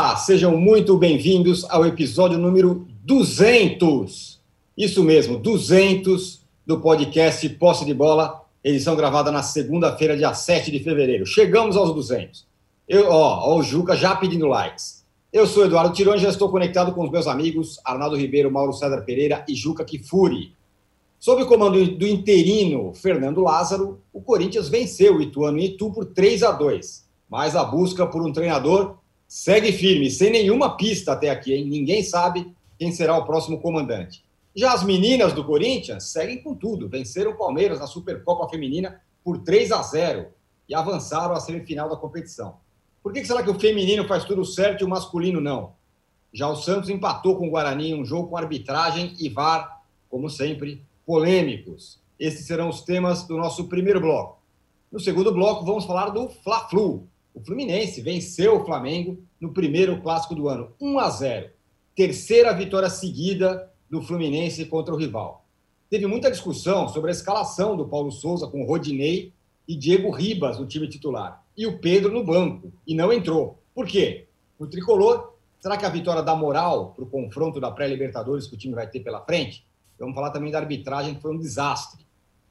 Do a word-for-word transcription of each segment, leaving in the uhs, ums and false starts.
Olá, sejam muito bem-vindos ao episódio número duzentos. Isso mesmo, duzentos do podcast Posse de Bola, edição gravada na segunda-feira, dia sete de fevereiro. Chegamos aos duzentos. Eu, ó, ó, o Juca já pedindo likes. Eu sou Eduardo Tironi e já estou conectado com os meus amigos Arnaldo Ribeiro, Mauro César Pereira e Juca Kifuri. Sob o comando do interino Fernando Lázaro, o Corinthians venceu o Ituano em Itu por três a dois. Mas a busca por um treinador segue firme, sem nenhuma pista até aqui, hein? Ninguém sabe quem será o próximo comandante. Já as meninas do Corinthians seguem com tudo. Venceram o Palmeiras na Supercopa Feminina por três a zero e avançaram à semifinal da competição. Por que será que o feminino faz tudo certo e o masculino não? Já o Santos empatou com o Guarani em um jogo com arbitragem e V A R, como sempre, polêmicos. Esses serão os temas do nosso primeiro bloco. No segundo bloco, vamos falar do Fla-Flu. O Fluminense venceu o Flamengo no primeiro clássico do ano, um a zero. Terceira vitória seguida do Fluminense contra o rival. Teve muita discussão sobre a escalação do Paulo Souza com Rodinei e Diego Ribas no time titular. E o Pedro no banco, e não entrou. Por quê? O tricolor, será que a vitória dá moral para o confronto da pré-Libertadores que o time vai ter pela frente? Vamos falar também da arbitragem, que foi um desastre.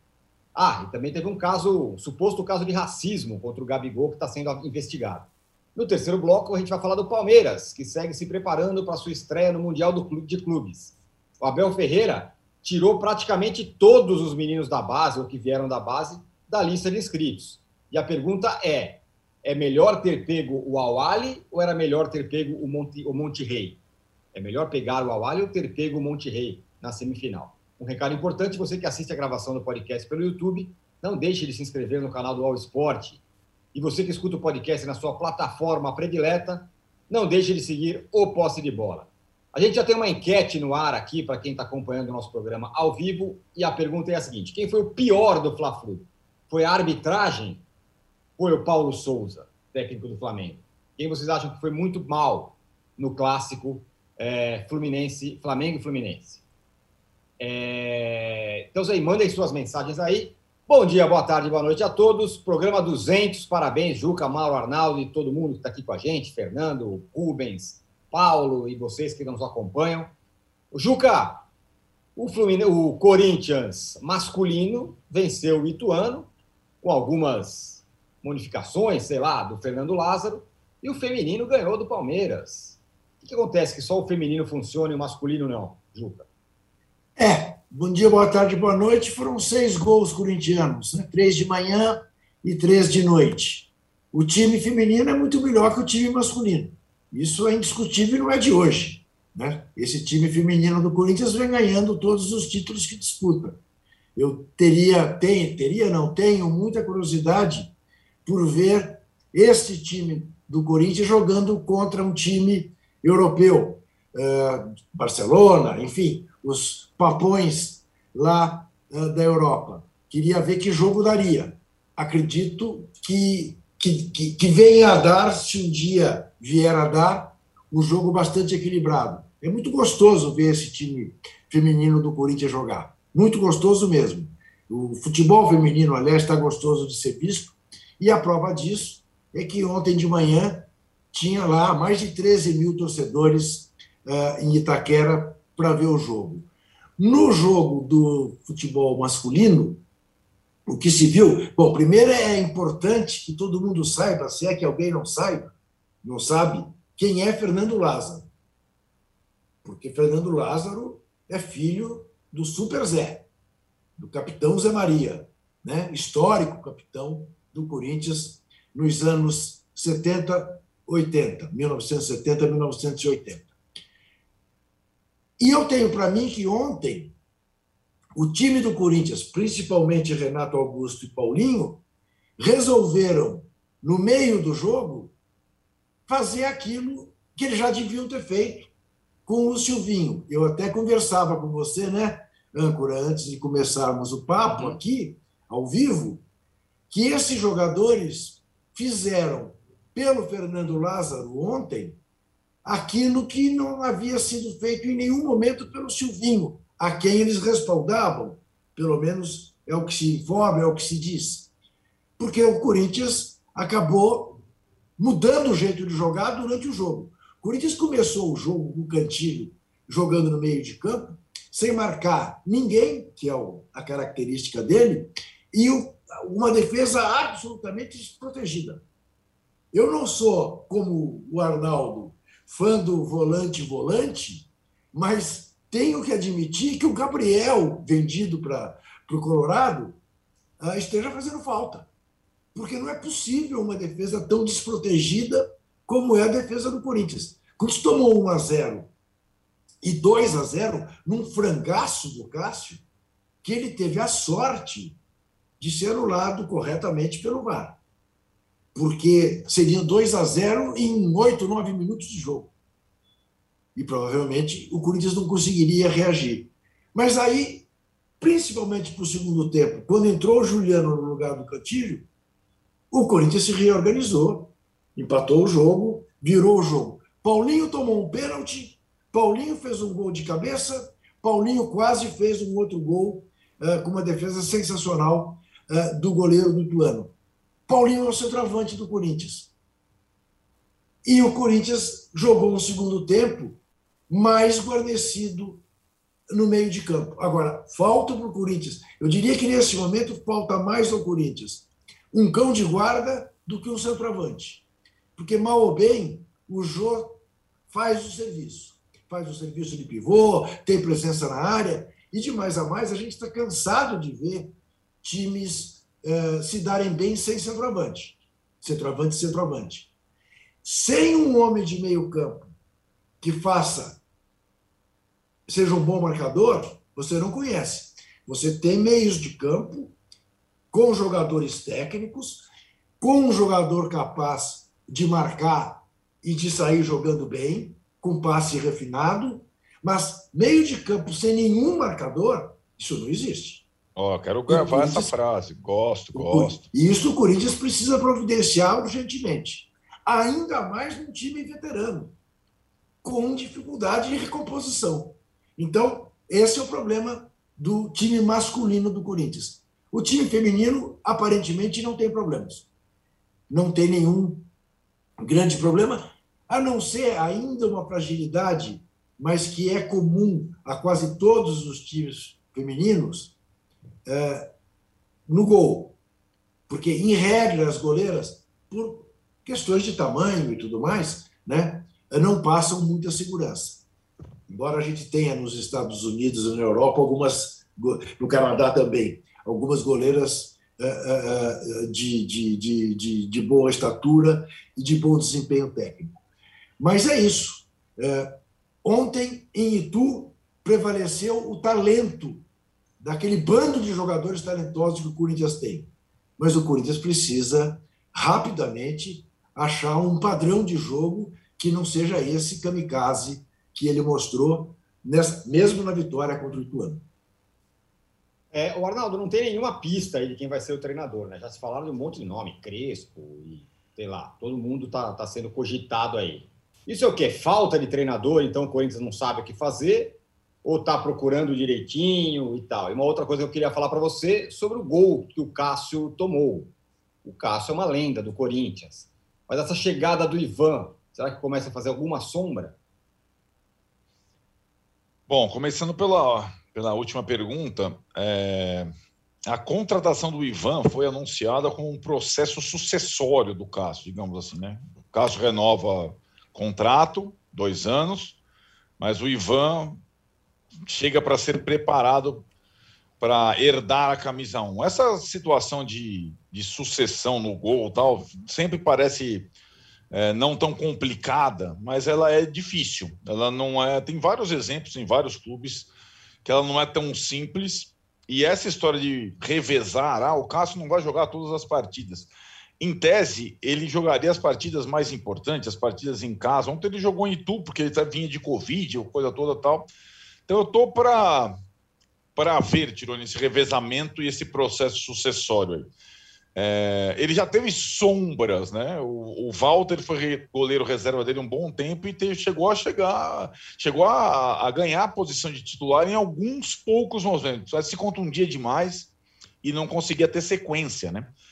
Ah, e também teve um caso, um suposto caso de racismo contra o Gabigol, que está sendo investigado. No terceiro bloco, a gente vai falar do Palmeiras, que segue se preparando para a sua estreia no Mundial do Clube de Clubes. O Abel Ferreira tirou praticamente todos os meninos da base, ou que vieram da base, da lista de inscritos. E a pergunta é, é melhor ter pego o Al-Ahly ou era melhor ter pego o Monte, o Monte Rei? É melhor pegar o Al-Ahly ou ter pego o Monte Rei na semifinal? Um recado importante, você que assiste a gravação do podcast pelo YouTube, não deixe de se inscrever no canal do All Sport. E você que escuta o podcast na sua plataforma predileta, não deixe de seguir o Posse de Bola. A gente já tem uma enquete no ar aqui para quem está acompanhando o nosso programa ao vivo, e a pergunta é a seguinte: quem foi o pior do Fla-Flu? Foi a arbitragem? Foi o Paulo Souza, técnico do Flamengo? Quem vocês acham que foi muito mal no clássico é, Fluminense, Flamengo e Fluminense? É... Então, aí, mandem suas mensagens aí. Bom dia, boa tarde, boa noite a todos. Programa duzentos, parabéns, Juca, Mauro, Arnaldo e todo mundo que está aqui com a gente, Fernando, Rubens, Paulo e vocês que nos acompanham. O Juca, o, Fluminense, o Corinthians masculino venceu o Ituano, com algumas modificações, sei lá, do Fernando Lázaro, e o feminino ganhou do Palmeiras. O que, que acontece que só o feminino funciona e o masculino não, Juca? É, bom dia, boa tarde, boa noite. Foram seis gols corintianos, né? Três de manhã e três de noite. O time feminino é muito melhor que o time masculino. Isso é indiscutível e não é de hoje, né? Esse time feminino do Corinthians vem ganhando todos os títulos que disputa. Eu teria, tenho, teria não, tenho muita curiosidade por ver este time do Corinthians jogando contra um time europeu, uh, Barcelona, enfim, os papões lá uh, da Europa. Queria ver que jogo daria. Acredito que, que, que, que venha a dar, se um dia vier a dar, um jogo bastante equilibrado. É muito gostoso ver esse time feminino do Corinthians jogar. Muito gostoso mesmo. O futebol feminino, aliás, está gostoso de ser visto. E a prova disso é que ontem de manhã tinha lá mais de treze mil torcedores uh, em Itaquera para ver o jogo. No jogo do futebol masculino, o que se viu... Bom, primeiro é importante que todo mundo saiba, se é que alguém não saiba, não sabe, quem é Fernando Lázaro. Porque Fernando Lázaro é filho do Super Zé, do capitão Zé Maria, né? Histórico capitão do Corinthians nos anos setenta, oitenta, mil novecentos e setenta, mil novecentos e oitenta. E eu tenho para mim que ontem o time do Corinthians, principalmente Renato Augusto e Paulinho, resolveram, no meio do jogo, fazer aquilo que eles já deviam ter feito com o Silvinho. Eu até conversava com você, né, âncora, antes de começarmos o papo aqui, ao vivo, que esses jogadores fizeram, pelo Fernando Lázaro ontem, aquilo que não havia sido feito em nenhum momento pelo Silvinho, a quem eles respaldavam, pelo menos é o que se informa, é o que se diz. Porque o Corinthians acabou mudando o jeito de jogar durante o jogo. O Corinthians começou o jogo com o Cantillo jogando no meio de campo, sem marcar ninguém, que é a característica dele, e uma defesa absolutamente desprotegida. Eu não sou, como o Arnaldo, fã do volante-volante, mas tenho que admitir que o Gabriel, vendido para o Colorado, esteja fazendo falta. Porque não é possível uma defesa tão desprotegida como é a defesa do Corinthians. Quando se tomou um a zero e dois a zero, num frangaço do Cássio, que ele teve a sorte de ser anulado corretamente pelo V A R. Porque seria dois a zero em oito, nove minutos de jogo. E provavelmente o Corinthians não conseguiria reagir. Mas aí, principalmente para o segundo tempo, quando entrou o Juliano no lugar do Cantillo, o Corinthians se reorganizou, empatou o jogo, virou o jogo. Paulinho tomou um pênalti, Paulinho fez um gol de cabeça, Paulinho quase fez um outro gol uh, com uma defesa sensacional uh, do goleiro do Ituano. Paulinho é o centroavante do Corinthians. E o Corinthians jogou um segundo tempo mais guarnecido no meio de campo. Agora, falta para o Corinthians. Eu diria que nesse momento falta mais ao Corinthians um cão de guarda do que um centroavante. Porque, mal ou bem, o Jô faz o serviço. Faz o serviço de pivô, tem presença na área, e de mais a mais a gente está cansado de ver times uh, se darem bem sem centroavante. Centroavante, centroavante. Sem um homem de meio campo que faça, seja um bom marcador, você não conhece. Você tem meios de campo com jogadores técnicos, com um jogador capaz de marcar e de sair jogando bem, com passe refinado, mas meio de campo sem nenhum marcador, isso não existe. Ó, oh, quero gravar essa frase. Gosto, gosto. E isso o Corinthians precisa providenciar urgentemente. Ainda mais num time veterano, com dificuldade de recomposição. Então, esse é o problema do time masculino do Corinthians. O time feminino, aparentemente, não tem problemas. Não tem nenhum grande problema, a não ser ainda uma fragilidade, mas que é comum a quase todos os times femininos, é, no gol. Porque, em regra, as goleiras, por questões de tamanho e tudo mais, né, não passam muita segurança. Embora a gente tenha nos Estados Unidos e na Europa, algumas, no Canadá também, algumas goleiras uh, uh, de, de, de, de, de boa estatura e de bom desempenho técnico. Mas é isso. Uh, ontem, em Itu, prevaleceu o talento daquele bando de jogadores talentosos que o Corinthians tem. Mas o Corinthians precisa, rapidamente, achar um padrão de jogo que não seja esse kamikaze que ele mostrou, nessa, mesmo na vitória contra o Ituano. É, o Arnaldo, não tem nenhuma pista aí de quem vai ser o treinador, né? Já se falaram de um monte de nome, Crespo e, sei lá, todo mundo está tá sendo cogitado aí. Isso é o quê? Falta de treinador, então o Corinthians não sabe o que fazer, ou está procurando direitinho e tal? E uma outra coisa que eu queria falar para você sobre o gol que o Cássio tomou. O Cássio é uma lenda do Corinthians, mas essa chegada do Ivan, será que começa a fazer alguma sombra? Bom, começando pela, pela última pergunta, é, a contratação do Ivan foi anunciada como um processo sucessório do Cássio, digamos assim, né? O Cássio renova contrato, dois anos, mas o Ivan chega para ser preparado para herdar a camisa um. Essa situação de, de sucessão no gol tal sempre parece é, não tão complicada, mas ela é difícil. Ela não é. Tem vários exemplos em vários clubes que ela não é tão simples. E essa história de revezar, ah, o Cássio não vai jogar todas as partidas. Em tese, ele jogaria as partidas mais importantes, as partidas em casa. Ontem ele jogou em Itu, porque ele vinha de Covid, coisa toda tal. Então eu estou para para ver, Tironi, esse revezamento e esse processo sucessório aí. É, ele já teve sombras, né? O, o Walter foi goleiro reserva dele um bom tempo e te, chegou a chegar, chegou a, a ganhar a posição de titular em alguns poucos momentos. Se contundia demais e não conseguia ter sequência, né?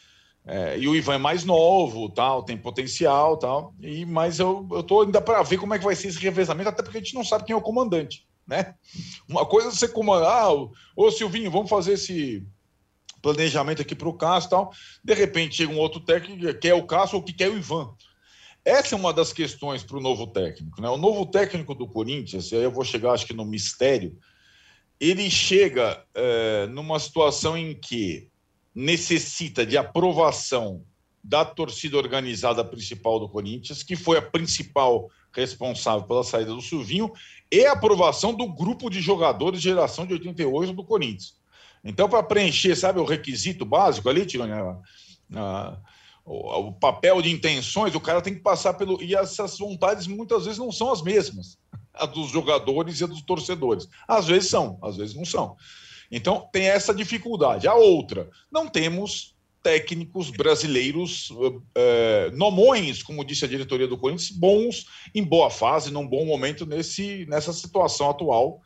É, e o Ivan é mais novo, tal, tem potencial, tal. E, mas eu estou ainda para ver como é que vai ser esse revezamento, até porque a gente não sabe quem é o comandante, né? Uma coisa é você comandar, ah, ô Silvinho, vamos fazer esse planejamento aqui para o Cássio e tal. De repente chega um outro técnico que quer o Cássio ou que quer o Ivan. Essa é uma das questões para o novo técnico, né? O novo técnico do Corinthians, e aí eu vou chegar, acho que no mistério, ele chega é, numa situação em que necessita de aprovação da torcida organizada principal do Corinthians, que foi a principal responsável pela saída do Silvinho, e a aprovação do grupo de jogadores de geração de oitenta e oito do Corinthians. Então, para preencher, sabe, o requisito básico ali, Tirone, a, a, o, o papel de intenções, o cara tem que passar pelo... E essas vontades muitas vezes não são as mesmas, a dos jogadores e a dos torcedores. Às vezes são, às vezes não são. Então, tem essa dificuldade. A outra, não temos técnicos brasileiros é, nomões, como disse a diretoria do Corinthians, bons em boa fase, num bom momento nesse, nessa situação atual.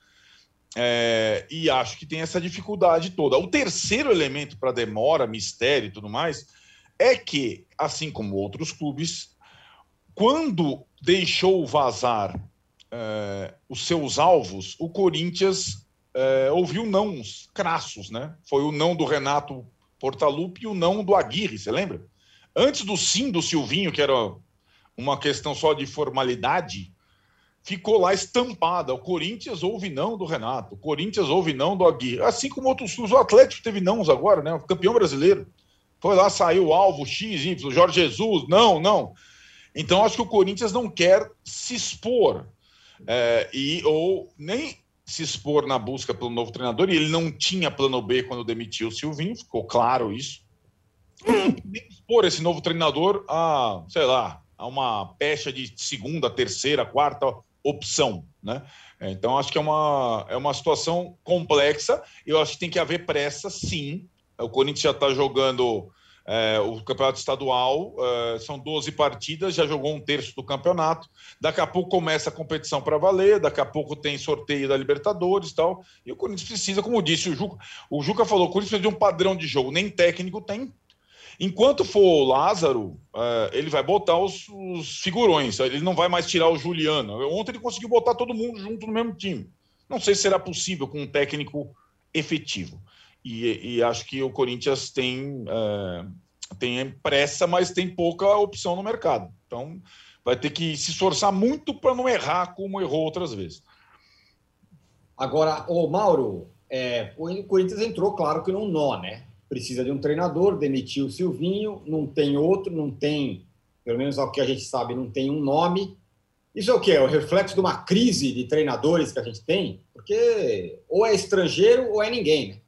É, e acho que tem essa dificuldade toda. O terceiro elemento para demora, mistério e tudo mais, é que, assim como outros clubes, quando deixou vazar é, os seus alvos, o Corinthians... É, ouviu nãos crassos, né? Foi o não do Renato Portaluppi e o não do Aguirre, você lembra? Antes do sim do Silvinho, que era uma questão só de formalidade, ficou lá estampada. O Corinthians ouve não do Renato, o Corinthians ouve não do Aguirre. Assim como outros clubes, o Atlético teve nãos agora, né? O campeão brasileiro. Foi lá, saiu o alvo, X, Y, Jorge Jesus, não, não. Então, acho que o Corinthians não quer se expor. É, e, ou nem... se expor na busca pelo novo treinador, e ele não tinha plano B quando demitiu o Silvinho, ficou claro isso. Nem expor esse novo treinador a, sei lá, a uma pecha de segunda, terceira, quarta opção, né? Então, acho que é uma, é uma situação complexa. Eu acho que tem que haver pressa, sim. O Corinthians já está jogando é, o campeonato estadual, é, são doze partidas, já jogou um terço do campeonato. Daqui a pouco começa a competição para valer, daqui a pouco tem sorteio da Libertadores e tal. E o Corinthians precisa, como disse o Juca, o Juca falou, o Corinthians precisa de um padrão de jogo, nem técnico tem. Enquanto for o Lázaro, é, ele vai botar os, os figurões, ele não vai mais tirar o Juliano. Ontem ele conseguiu botar todo mundo junto no mesmo time. Não sei se será possível com um técnico efetivo. E, e acho que o Corinthians tem, é, tem pressa, mas tem pouca opção no mercado. Então, vai ter que se esforçar muito para não errar como errou outras vezes. Agora, o Mauro, é, o Corinthians entrou, claro que num nó, né? Precisa de um treinador, demitiu o Silvinho, não tem outro, não tem, pelo menos ao que a gente sabe, não tem um nome. Isso é o quê? É o reflexo de uma crise de treinadores que a gente tem? Porque ou é estrangeiro ou é ninguém, né?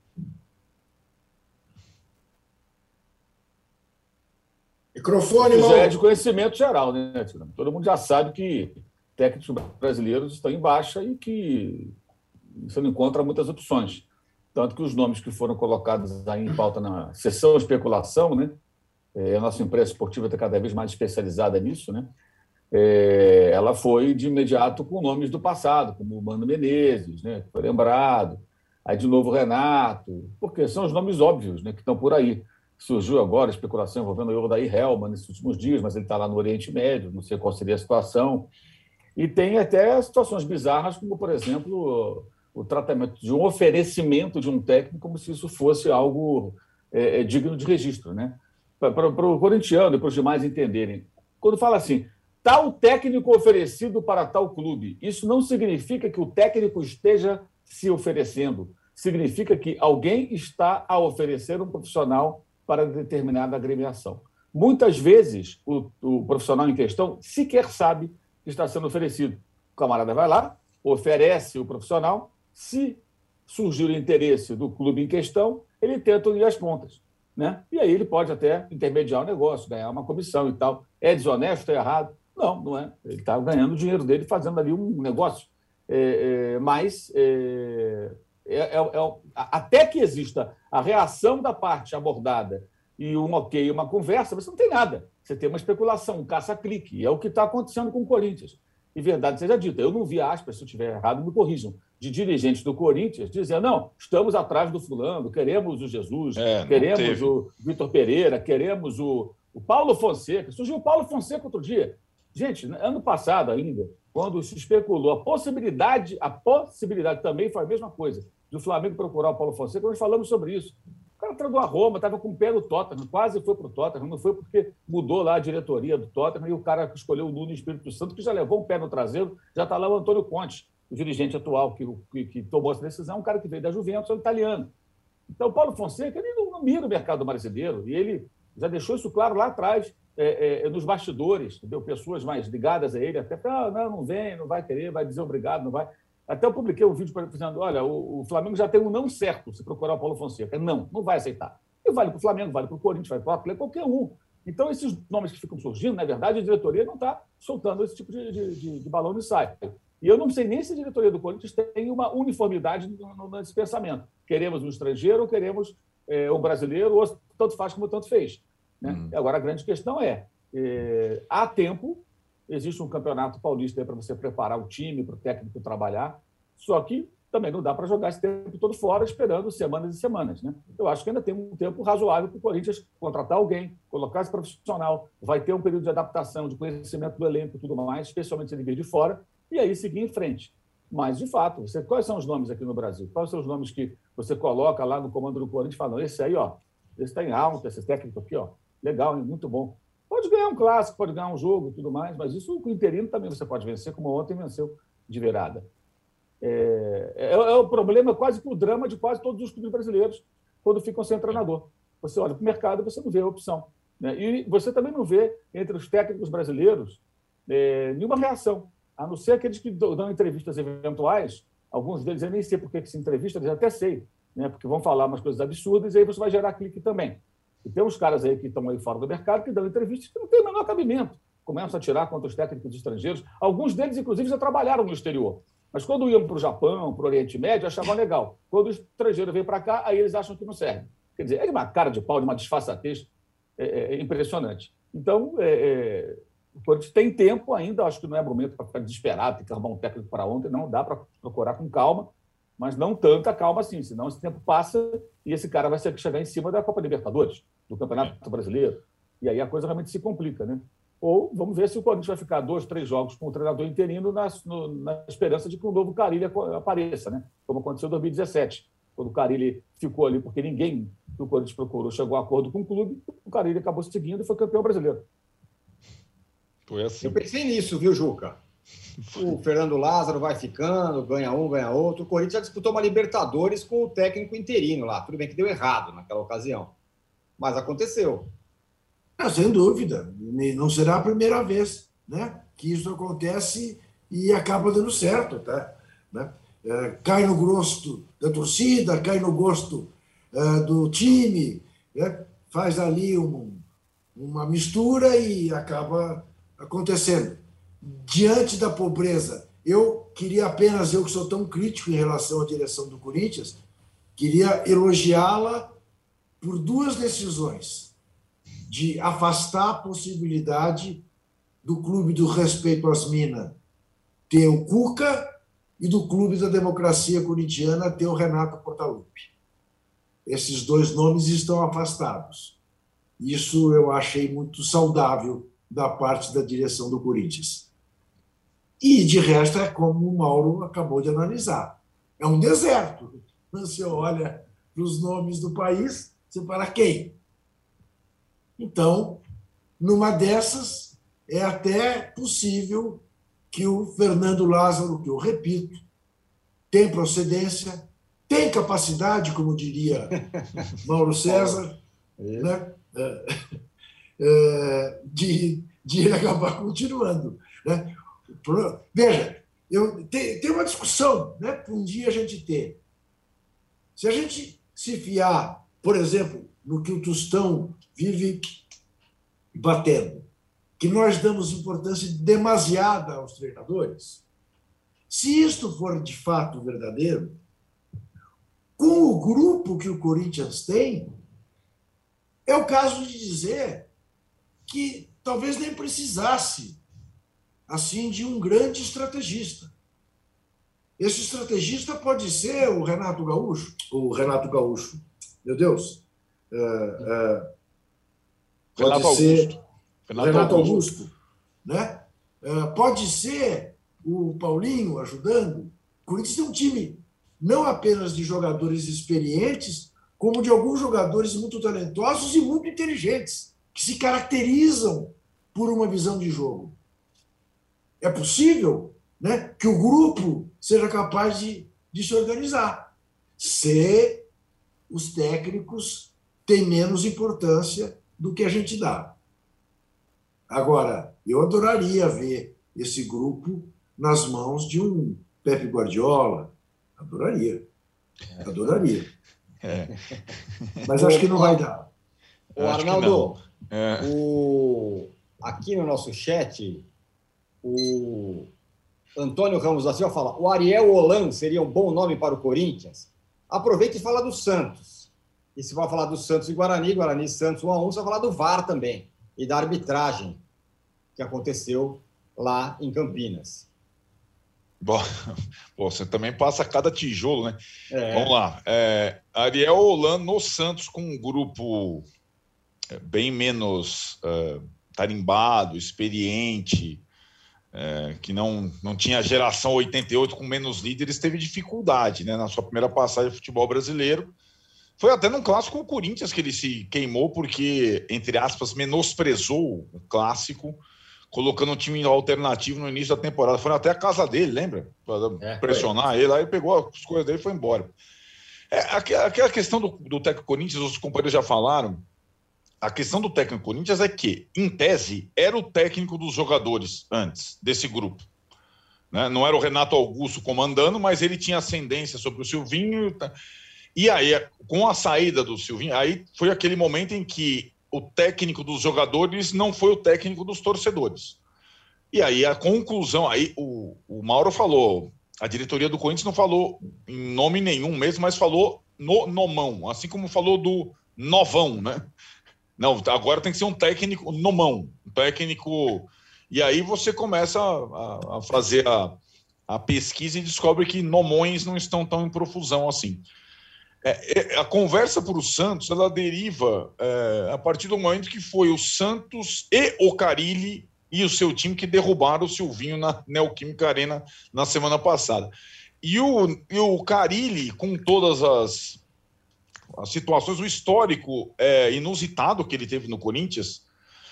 Microfone, Isso já é de conhecimento geral, né, Tirone? Todo mundo já sabe que técnicos brasileiros estão em baixa e que você não encontra muitas opções. Tanto que os nomes que foram colocados aí em pauta na sessão de especulação, né? É, a nossa imprensa esportiva está cada vez mais especializada nisso, né? É, ela foi de imediato com nomes do passado, como o Mano Menezes, né? Que foi lembrado. Aí, de novo, Renato, porque são os nomes óbvios, né? Que estão por aí. Surgiu agora a especulação envolvendo o Odair Hellmann nesses últimos dias, mas ele está lá no Oriente Médio, não sei qual seria a situação. E tem até situações bizarras, como, por exemplo, o tratamento de um oferecimento de um técnico, como se isso fosse algo é, digno de registro, né? Para o corintiano e para os demais entenderem. Quando fala assim, tal técnico oferecido para tal clube, isso não significa que o técnico esteja se oferecendo. Significa que alguém está a oferecer um profissional para determinada agremiação. Muitas vezes, o, o profissional em questão sequer sabe que está sendo oferecido. O camarada vai lá, oferece o profissional, se surgir o interesse do clube em questão, ele tenta unir as pontas, né? E aí ele pode até intermediar o negócio, ganhar uma comissão e tal. É desonesto, é errado? Não, não é. Ele está ganhando o dinheiro dele fazendo ali um negócio. É, é, mas... É, É, é, é, até que exista a reação da parte abordada e um ok, uma conversa, você não tem nada. Você tem uma especulação, um caça-clique. E é o que está acontecendo com o Corinthians. e verdade seja dita, eu não vi aspas, se eu estiver errado, me corrijam, de dirigentes do Corinthians dizendo, não, estamos atrás do fulano, queremos o Jesus, é, queremos teve. o Vitor Pereira, queremos o, o Paulo Fonseca. Surgiu o Paulo Fonseca outro dia. Gente, ano passado ainda, quando se especulou a possibilidade, a possibilidade também foi a mesma coisa, do Flamengo procurar o Paulo Fonseca, nós falamos sobre isso. O cara tradou a Roma, estava com o pé no Tottenham, quase foi para o Tottenham, não foi porque mudou lá a diretoria do Tottenham e o cara que escolheu o Nuno Espírito Santo, que já levou um pé no traseiro, já está lá o Antônio Conte, o dirigente atual que, que, que tomou essa decisão, um cara que veio da Juventus, é um italiano. Então, o Paulo Fonseca, ele não, não mira o mercado brasileiro, e ele já deixou isso claro lá atrás, é, é, nos bastidores, entendeu? Pessoas mais ligadas a ele, até, ah, não, não vem, não vai querer, vai dizer obrigado, não vai... Até eu publiquei um vídeo para ele dizendo, olha, o, o Flamengo já tem um não certo se procurar o Paulo Fonseca. Não, não vai aceitar. E vale para o Flamengo, vale para o Corinthians, vale para o Atlético, qualquer um. Então, esses nomes que ficam surgindo, na verdade, a diretoria não está soltando esse tipo de, de, de, de balão de ensaio. E eu não sei nem se a diretoria do Corinthians tem uma uniformidade nesse pensamento. Queremos um estrangeiro ou queremos é, um brasileiro, ou tanto faz como tanto fez. Né? Hum. Agora, a grande questão é, é há tempo, existe um campeonato paulista para você preparar o time, para o técnico trabalhar, só que também não dá para jogar esse tempo todo fora esperando semanas e semanas. Né? Eu acho que ainda tem um tempo razoável para o Corinthians contratar alguém, colocar esse profissional, vai ter um período de adaptação, de conhecimento do elenco e tudo mais, especialmente se ele vir de fora, e aí seguir em frente. Mas, de fato, você, quais são os nomes aqui no Brasil? Quais são os nomes que você coloca lá no comando do Corinthians e fala, não, esse aí, ó, esse está em alta, esse técnico aqui, ó, legal, muito bom. Pode ganhar um clássico, pode ganhar um jogo e tudo mais, mas isso com o interino também você pode vencer, como ontem venceu de virada. É, é, é o problema, quase que o drama de quase todos os clubes brasileiros quando ficam sem treinador. Você olha para o mercado e você não vê a opção. Né? E você também não vê, entre os técnicos brasileiros, é, nenhuma reação, a não ser aqueles que dão entrevistas eventuais, alguns deles eu nem sei por que se entrevistam, eles até sei, né? Porque vão falar umas coisas absurdas e aí você vai gerar clique também. E tem uns caras aí que estão aí fora do mercado que dão entrevistas que não tem o menor cabimento. Começam a tirar contra os técnicos estrangeiros. Alguns deles, inclusive, já trabalharam no exterior. Mas quando iam para o Japão, para o Oriente Médio, achavam legal. Quando o estrangeiro vem para cá, aí eles acham que não serve. Quer dizer, é de uma cara de pau, de uma disfarçatez é, é impressionante. Então, é, é, o Corinthians tem tempo ainda, acho que não é momento para ficar desesperado, tem que arrumar um técnico para ontem, não, dá para procurar com calma, mas não tanta calma assim, senão esse tempo passa e esse cara vai chegar em cima da Copa Libertadores, do Campeonato Brasileiro, e aí a coisa realmente se complica, né? Ou vamos ver se o Corinthians vai ficar dois, três jogos com o treinador interino na, no, na esperança de que um novo Carille apareça, né? Como aconteceu em dois mil e dezessete, quando o Carille ficou ali, porque ninguém que o Corinthians procurou chegou a acordo com o clube, o Carille acabou seguindo e foi campeão brasileiro. Foi assim. Eu pensei nisso, viu, Juca? O Fernando Lázaro vai ficando, ganha um, ganha outro. O Corinthians já disputou uma Libertadores com o técnico interino lá. Tudo bem que deu errado naquela ocasião, mas aconteceu. Não, sem dúvida. Não será a primeira vez, né, que isso acontece e acaba dando certo. Tá? Né? É, cai no gosto da torcida, cai no gosto é, do time, né? Faz ali um, uma mistura e acaba acontecendo. Diante da pobreza, eu queria apenas, eu que sou tão crítico em relação à direção do Corinthians, queria elogiá-la por duas decisões: de afastar a possibilidade do Clube do Respeito às Minas ter o Cuca e do Clube da Democracia Corintiana ter o Renato Portaluppi. Esses dois nomes estão afastados. Isso eu achei muito saudável da parte da direção do Corinthians. E, de resto, é como o Mauro acabou de analisar. É um deserto. Você olha para os nomes do país, você fala quem? Então, numa dessas, é até possível que o Fernando Lázaro, que eu repito, tem procedência, tem capacidade, como diria Mauro César, né? de, de ele acabar continuando. Né? Veja, eu, tem, tem uma discussão, né, para um dia a gente ter. Se a gente se fiar, por exemplo, no que o Tostão vive batendo, que nós damos importância demasiada aos treinadores, se isto for de fato verdadeiro, com o grupo que o Corinthians tem, é o caso de dizer que talvez nem precisasse assim de um grande estrategista. Esse estrategista pode ser o Renato Gaúcho, o Renato Gaúcho, meu Deus, é, é, pode Renato ser Augusto. Renato, Renato Augusto, Augusto, né? É, pode ser o Paulinho ajudando. O Corinthians tem um time não apenas de jogadores experientes, como de alguns jogadores muito talentosos e muito inteligentes, que se caracterizam por uma visão de jogo. É possível, né, que o grupo seja capaz de, de se organizar, se os técnicos têm menos importância do que a gente dá. Agora, eu adoraria ver esse grupo nas mãos de um Pepe Guardiola. Adoraria. Adoraria. É. Mas acho que não vai dar. O Arnaldo, é. o... aqui no nosso chat, o Antônio Ramos da Silva fala: o Ariel Holan seria um bom nome para o Corinthians? Aproveite e fala do Santos. E se vai falar do Santos e Guarani, Guarani e Santos um a um, você vai falar do V A R também e da arbitragem que aconteceu lá em Campinas. Bom, pô, você também passa cada tijolo, né? É. Vamos lá. É, Ariel Holan no Santos com um grupo bem menos uh, tarimbado, experiente, uh, que não, não tinha geração oitenta e oito com menos líderes, teve dificuldade, né, na sua primeira passagem de futebol brasileiro. Foi até num clássico com o Corinthians que ele se queimou porque, entre aspas, menosprezou o clássico, colocando um time alternativo no início da temporada. Foram até a casa dele, lembra? Para é, pressionar foi. ele, aí pegou as coisas dele e foi embora. É, aquela questão do, do técnico Corinthians, os companheiros já falaram, a questão do técnico Corinthians é que, em tese, era o técnico dos jogadores antes desse grupo. Né? Não era o Renato Augusto comandando, mas ele tinha ascendência sobre o Silvinho. E aí, com a saída do Silvinho, aí foi aquele momento em que o técnico dos jogadores não foi o técnico dos torcedores. E aí a conclusão, aí o, o Mauro falou, a diretoria do Corinthians não falou em nome nenhum mesmo, mas falou no nomão, assim como falou do novão, né? Não, agora tem que ser um técnico nomão, um técnico... E aí você começa a, a fazer a, a pesquisa e descobre que nomões não estão tão em profusão assim. É, a conversa para o Santos, ela deriva é, a partir do momento que foi o Santos e o Carille e o seu time que derrubaram o Silvinho na Neoquímica Arena na semana passada. E o, e o Carille, com todas as, as situações, o histórico é, inusitado que ele teve no Corinthians,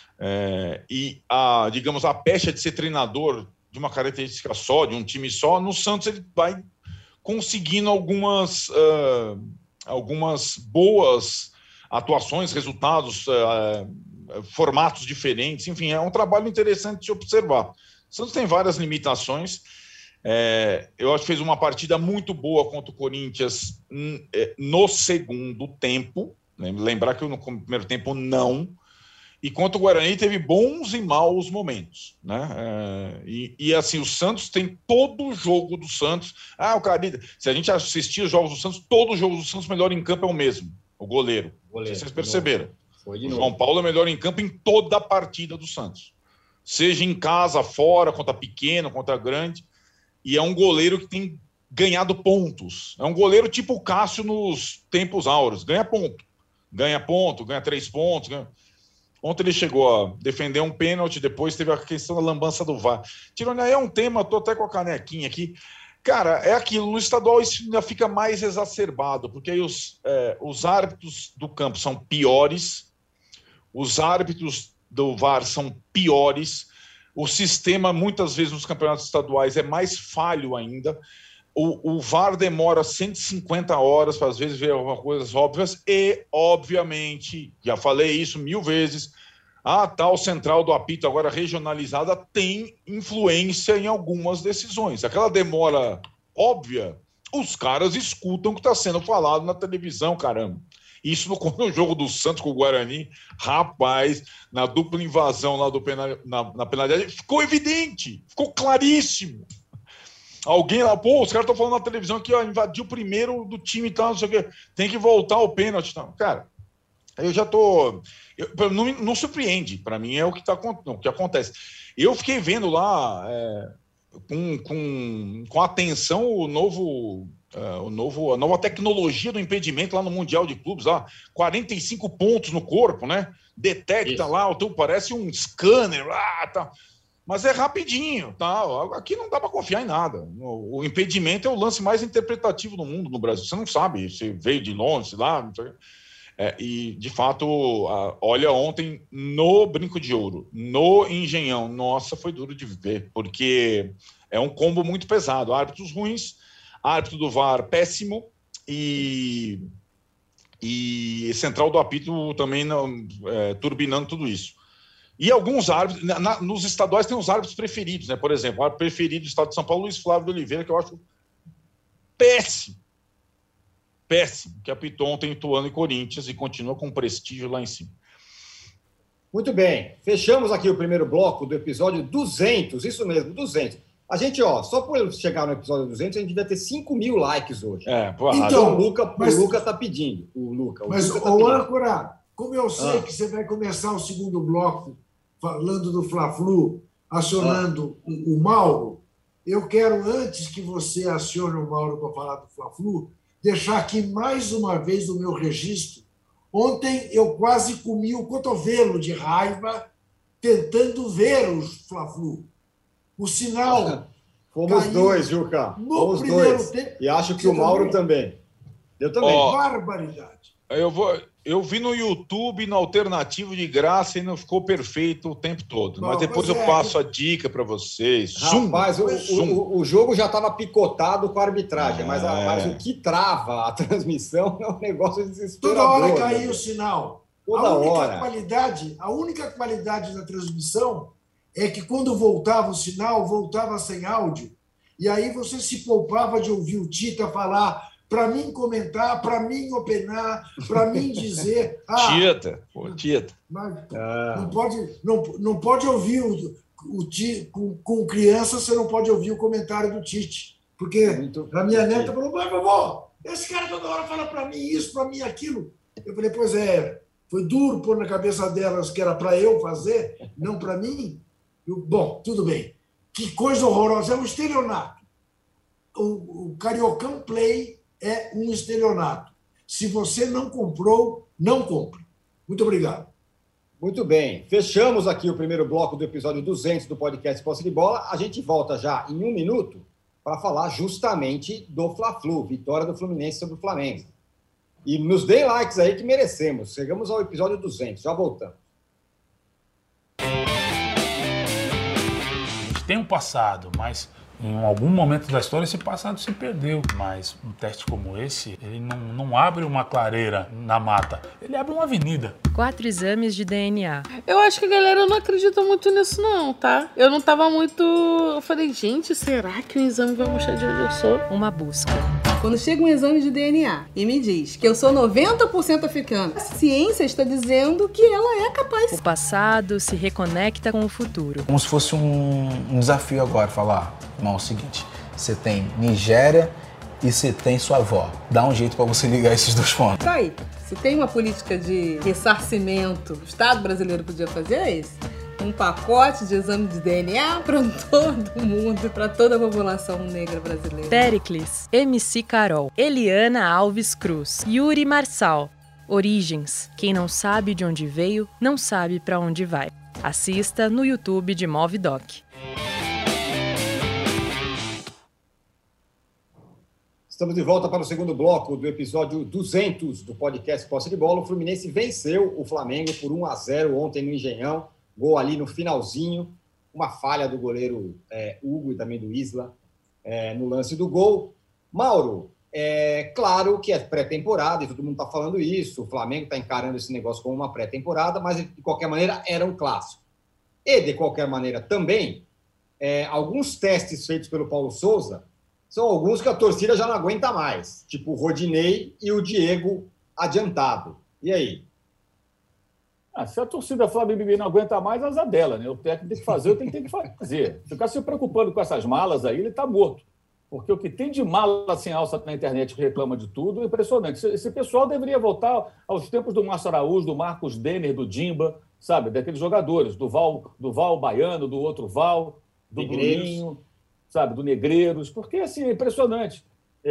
é, e a, digamos, a pecha de ser treinador de uma característica só, de um time só, no Santos ele vai conseguindo algumas... Uh, algumas boas atuações, resultados, uh, formatos diferentes, enfim, é um trabalho interessante de observar. O Santos tem várias limitações, é, eu acho que fez uma partida muito boa contra o Corinthians no segundo tempo, lembrar que no primeiro tempo não, e contra o Guarani teve bons e maus momentos, né? É, e, e assim, o Santos tem todo o jogo do Santos. Ah, o cara, se a gente assistir os jogos do Santos, todo o jogo do Santos melhor em campo é o mesmo, o goleiro. goleiro Vocês perceberam? O João Paulo é melhor em campo em toda a partida do Santos. Seja em casa, fora, contra pequeno, contra grande. E é um goleiro que tem ganhado pontos. É um goleiro tipo o Cássio nos tempos áureos. Ganha ponto. Ganha ponto, ganha três pontos, ganha... Ontem ele chegou a defender um pênalti, depois teve a questão da lambança do V A R. Tironi, aí é um tema, estou até com a canequinha aqui. Cara, é aquilo, no estadual isso ainda fica mais exacerbado, porque aí os, é, os árbitros do campo são piores, os árbitros do V A R são piores, o sistema, muitas vezes, nos campeonatos estaduais é mais falho ainda, o, o V A R demora cento e cinquenta horas para, às vezes, ver algumas coisas óbvias e, obviamente, já falei isso mil vezes, a tal central do apito, agora regionalizada, tem influência em algumas decisões. Aquela demora óbvia, os caras escutam o que está sendo falado na televisão, caramba. Isso no, no jogo do Santos com o Guarani, rapaz, na dupla invasão lá do penal, na, na penalidade, ficou evidente, ficou claríssimo. Alguém lá, pô, os caras estão falando na televisão que ó, invadiu o primeiro do time e tal, não sei o quê, tem que voltar ao pênalti. Tá? Cara, eu já tô... Eu, não, não surpreende, para mim é o que, tá, o que acontece. Eu fiquei vendo lá é, com, com, com atenção o novo, uh, o novo, a nova tecnologia do impedimento lá no Mundial de Clubes, lá, quarenta e cinco pontos no corpo, né? Detecta Isso. lá, então parece um scanner, lá, tá. Mas é rapidinho, tá? Aqui não dá para confiar em nada. O impedimento é o lance mais interpretativo do mundo no Brasil. Você não sabe se veio de longe, lá, não sei. É, e, de fato, a, olha, ontem no Brinco de Ouro, no Engenhão, nossa, foi duro de ver, porque é um combo muito pesado. Árbitros ruins, árbitro do V A R péssimo e, e central do apito também não, é, turbinando tudo isso. E alguns árbitros, na, na, nos estaduais tem os árbitros preferidos, né? Por exemplo, o árbitro preferido do estado de São Paulo, Luiz Flávio de Oliveira, que eu acho péssimo. Péssimo, que apitou ontem Ituano e Corinthians e continua com prestígio lá em cima. Muito bem, fechamos aqui o primeiro bloco do episódio duzentos, isso mesmo, duzentos. A gente, ó, só por chegar no episódio duzentos, a gente devia ter cinco mil likes hoje. É, porra, então, o Luca, mas, o Luca tá pedindo. O Luca, o mas, Luca tá ô, pedindo. âncora, como eu sei ah. que você vai começar o segundo bloco falando do Fla-Flu, acionando ah. o, o Mauro, eu quero, antes que você acione o Mauro para falar do Fla-Flu, deixar aqui mais uma vez o meu registro. Ontem eu quase comi o cotovelo de raiva tentando ver o Fla-Flu. O sinal. Fomos dois, Juca. Fomos dois. Tempo. E acho que Você o Mauro também. também. Eu também. Oh, barbaridade. Eu, vou, eu vi no YouTube, no alternativo de graça, e não ficou perfeito o tempo todo. Bom, mas depois eu é, passo a dica para vocês. Rapaz, zoom, o, zoom. O, o jogo já estava picotado com a arbitragem, é. mas, a, mas o que trava a transmissão é um negócio desesperador. Toda hora caía o sinal. Toda a única hora. Qualidade, a única qualidade da transmissão é que quando voltava o sinal, voltava sem áudio. E aí você se poupava de ouvir o Tita falar, para mim comentar, para mim opinar, para mim dizer... Ah, Tita, pô, Tita. Mas ah. não, pode, não, não pode ouvir o, o com, com criança, você não pode ouvir o comentário do Tite. Porque Muito a minha neta Tita. falou, mas vovô, esse cara toda hora fala para mim isso, para mim aquilo. Eu falei, pois é, foi duro pôr na cabeça delas que era para eu fazer, não para mim. Eu, bom, tudo bem. Que coisa horrorosa, é um estelionato. O, o Cariocão Play é um estelionato. Se você não comprou, não compre. Muito obrigado. Muito bem. Fechamos aqui o primeiro bloco do episódio duzentos do podcast Posse de Bola. A gente volta já em um minuto para falar justamente do Fla-Flu, vitória do Fluminense sobre o Flamengo. E nos deem likes aí que merecemos. Chegamos ao episódio duzentos. Já voltamos. A gente tem um passado, mas... em algum momento da história, esse passado se perdeu. Mas um teste como esse, ele não, não abre uma clareira na mata. Ele abre uma avenida. Quatro exames de D N A. Eu acho que a galera não acredita muito nisso não, tá? Eu não tava muito... Eu falei, gente, será que o exame vai mostrar de onde eu sou? Uma busca. Quando chega um exame de D N A e me diz que eu sou noventa por cento africana, a ciência está dizendo que ela é capaz. O passado se reconecta com o futuro. Como se fosse um, um desafio agora, falar, irmão, é o seguinte, você tem Nigéria e você tem sua avó. Dá um jeito para você ligar esses dois pontos. Tá aí, se tem uma política de ressarcimento que o Estado brasileiro podia fazer, é esse. Um pacote de exame de D N A para todo mundo e para toda a população negra brasileira. Péricles, M C Carol, Eliana Alves Cruz, Yuri Marçal. Origens. Quem não sabe de onde veio, não sabe para onde vai. Assista no YouTube de Movidoc. Estamos de volta para o segundo bloco do episódio duzentos do podcast Posse de Bola. O Fluminense venceu o Flamengo por um a zero ontem no Engenhão. Gol ali no finalzinho, uma falha do goleiro é, Hugo e também do Isla é, no lance do gol. Mauro, é claro que é pré-temporada e todo mundo está falando isso, o Flamengo está encarando esse negócio como uma pré-temporada, mas de qualquer maneira era um clássico. E de qualquer maneira também, é, alguns testes feitos pelo Paulo Souza são alguns que a torcida já não aguenta mais, tipo o Rodinei e o Diego adiantado. E aí? Ah, se a torcida Flamengo não aguenta mais, azar dela, né? O técnico tem que fazer, o que tem que fazer. Ficar se preocupando com essas malas aí, ele está morto. Porque o que tem de mala sem alça na internet que reclama de tudo é impressionante. Esse pessoal deveria voltar aos tempos do Márcio Araújo, do Marcos Denner, do Dimba, sabe? Daqueles jogadores, do Val, do Val Baiano, do outro Val, do Bruninho, sabe? Do Negreiros, porque, assim, é impressionante.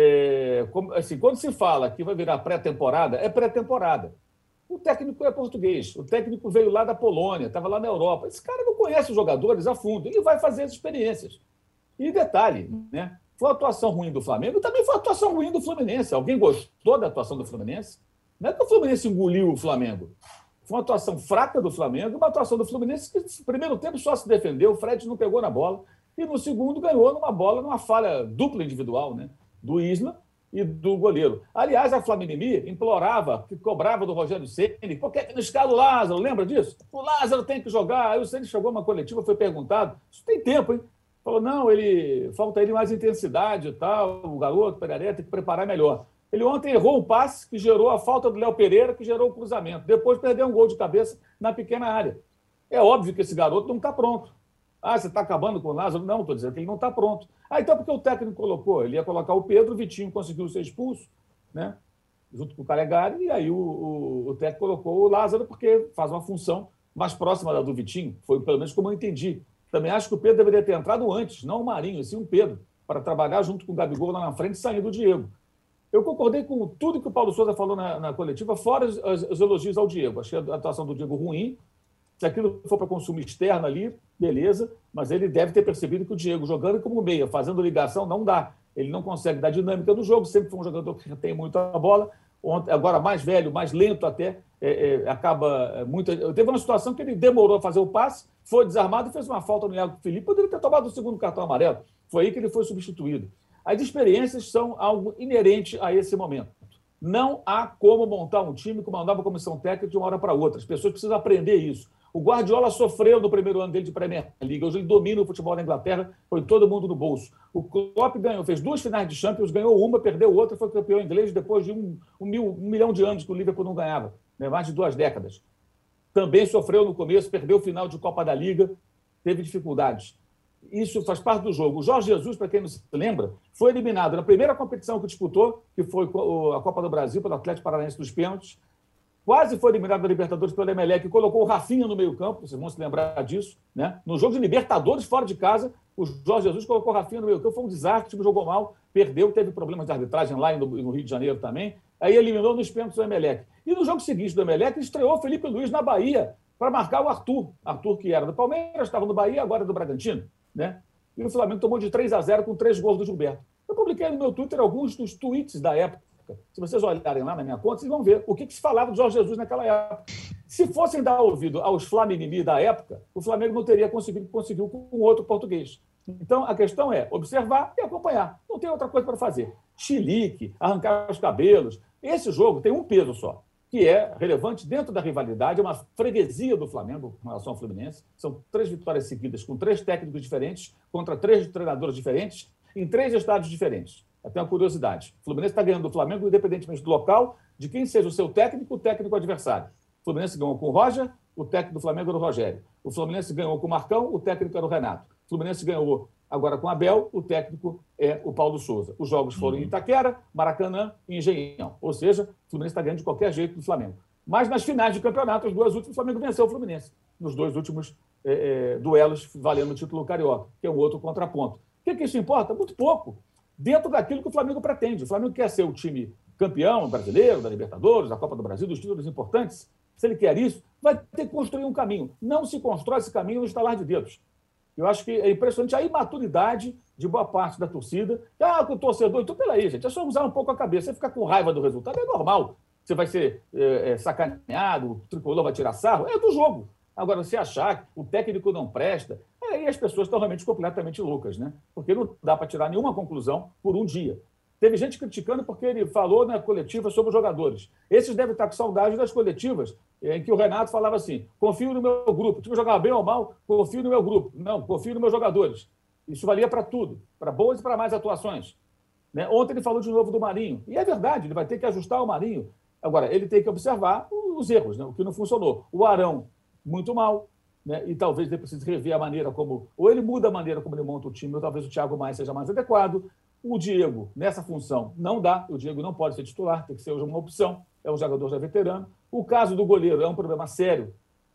É, como, assim, quando se fala que vai virar pré-temporada, é pré-temporada. O técnico é português, o técnico veio lá da Polônia, estava lá na Europa. Esse cara não conhece os jogadores a fundo, ele vai fazer as experiências. E detalhe, né? Foi a atuação ruim do Flamengo e também foi a atuação ruim do Fluminense. Alguém gostou da atuação do Fluminense? Não é que o Fluminense engoliu o Flamengo. Foi uma atuação fraca do Flamengo, uma atuação do Fluminense que no primeiro tempo só se defendeu, o Fred não pegou na bola, e no segundo ganhou numa bola, numa falha dupla individual, né? Do Isla e do goleiro. Aliás, a Flamini implorava, que cobrava do Rogério Ceni, por que não escala o Lázaro? Lembra disso? O Lázaro tem que jogar. Aí o Ceni chegou a uma coletiva, foi perguntado, isso tem tempo, hein? Falou, não, ele falta ele mais intensidade e tal, o garoto, Pereira, tem que preparar melhor. Ele ontem errou um passe que gerou a falta do Léo Pereira, que gerou o cruzamento. Depois perdeu um gol de cabeça na pequena área. É óbvio que esse garoto não está pronto. Ah, você está acabando com o Lázaro? Não, estou dizendo que ele não está pronto. Ah, então porque o técnico colocou? Ele ia colocar o Pedro, o Vitinho conseguiu ser expulso, né? Junto com o Calegari, e aí o, o, o técnico colocou o Lázaro porque faz uma função mais próxima da do Vitinho. Foi pelo menos como eu entendi. Também acho que o Pedro deveria ter entrado antes, não o Marinho, assim o Pedro, para trabalhar junto com o Gabigol lá na frente, saindo o Diego. Eu concordei com tudo que o Paulo Souza falou na, na coletiva, fora os, os, os elogios ao Diego. Achei a atuação do Diego ruim. Se aquilo for para consumo externo ali, beleza, mas ele deve ter percebido que o Diego, jogando como meia, fazendo ligação, não dá. Ele não consegue dar dinâmica no jogo, sempre foi um jogador que tem muito a bola. Agora, mais velho, mais lento até, é, é, acaba muito... Teve uma situação que ele demorou a fazer o passe, foi desarmado e fez uma falta no Iago Felipe, poderia ter tomado o segundo cartão amarelo. Foi aí que ele foi substituído. As experiências são algo inerente a esse momento. Não há como montar um time com uma nova comissão técnica de uma hora para outra. As pessoas precisam aprender isso. O Guardiola sofreu no primeiro ano dele de Premier League. Hoje ele domina o futebol na Inglaterra, foi todo mundo no bolso. O Klopp ganhou, fez duas finais de Champions, ganhou uma, perdeu outra, foi campeão inglês depois de um, um, mil, um milhão de anos que o Liverpool não ganhava, né? Mais de duas décadas. Também sofreu no começo, perdeu o final de Copa da Liga, teve dificuldades. Isso faz parte do jogo. O Jorge Jesus, para quem não se lembra, foi eliminado na primeira competição que disputou, que foi a Copa do Brasil, pelo Atlético Paranaense dos pênaltis. Quase foi eliminado da Libertadores pelo Emelec, que colocou o Rafinha no meio-campo, vocês vão se lembrar disso, né? No jogo de Libertadores, fora de casa, o Jorge Jesus colocou o Rafinha no meio-campo, foi um desastre, o time jogou mal, perdeu, teve problemas de arbitragem lá no, no Rio de Janeiro também, aí eliminou nos pênaltis o Emelec. E no jogo seguinte do Emelec, estreou o Felipe Luiz na Bahia para marcar o Arthur. Arthur, que era do Palmeiras, estava no Bahia, agora é do Bragantino, né? E o Flamengo tomou de três a zero com três gols do Gilberto. Eu publiquei no meu Twitter alguns dos tweets da época. Se vocês olharem lá na minha conta, vocês vão ver o que, que se falava de Jorge Jesus naquela época. Se fossem dar ouvido aos Flamini da época, o Flamengo não teria conseguido conseguiu com outro português. Então, a questão é observar e acompanhar. Não tem outra coisa para fazer. Chilique, arrancar os cabelos. Esse jogo tem um peso só, que é relevante dentro da rivalidade, é uma freguesia do Flamengo em relação ao Fluminense. São três vitórias seguidas com três técnicos diferentes, contra três treinadores diferentes, em três estados diferentes. Até uma curiosidade. O Fluminense está ganhando do Flamengo, independentemente do local, de quem seja o seu técnico, o técnico adversário. O Fluminense ganhou com o Roger, o técnico do Flamengo era o Rogério. O Fluminense ganhou com o Marcão, o técnico era o Renato. O Fluminense ganhou agora com o Abel, o técnico é o Paulo Souza. Os jogos foram em Itaquera, Maracanã e Engenhão. Ou seja, o Fluminense está ganhando de qualquer jeito do Flamengo. Mas nas finais de campeonato, as duas últimas, o Flamengo venceu o Fluminense. Nos dois últimos é, é, duelos valendo o título carioca, que é um outro contraponto. O que, que isso importa? Muito pouco. Dentro daquilo que o Flamengo pretende. O Flamengo quer ser o time campeão brasileiro, da Libertadores, da Copa do Brasil, dos títulos importantes. Se ele quer isso, vai ter que construir um caminho. Não se constrói esse caminho no estalar de dedos. Eu acho que é impressionante a imaturidade de boa parte da torcida. Ah, com o torcedor, então peraí, gente, é só usar um pouco a cabeça. Você ficar com raiva do resultado é normal. Você vai ser é, é, sacaneado, o tricolor vai tirar sarro, é do jogo. Agora, se achar que o técnico não presta, aí as pessoas estão realmente completamente loucas, né? Porque não dá para tirar nenhuma conclusão por um dia. Teve gente criticando porque ele falou na coletiva sobre os jogadores. Esses devem estar com saudade das coletivas em que o Renato falava assim, confio no meu grupo. O time jogava bem ou mal, confio no meu grupo. Não, confio nos meus jogadores. Isso valia para tudo, para boas e para mais atuações. Né? Ontem ele falou de novo do Marinho. E é verdade, ele vai ter que ajustar o Marinho. Agora, ele tem que observar os erros, né? O que não funcionou. O Arão, muito mal. Né? E talvez ele precise rever a maneira como... Ou ele muda a maneira como ele monta o time, ou talvez o Thiago Maia seja mais adequado. O Diego, nessa função, não dá. O Diego não pode ser titular, tem que ser hoje uma opção. É um jogador já veterano. O caso do goleiro é um problema sério.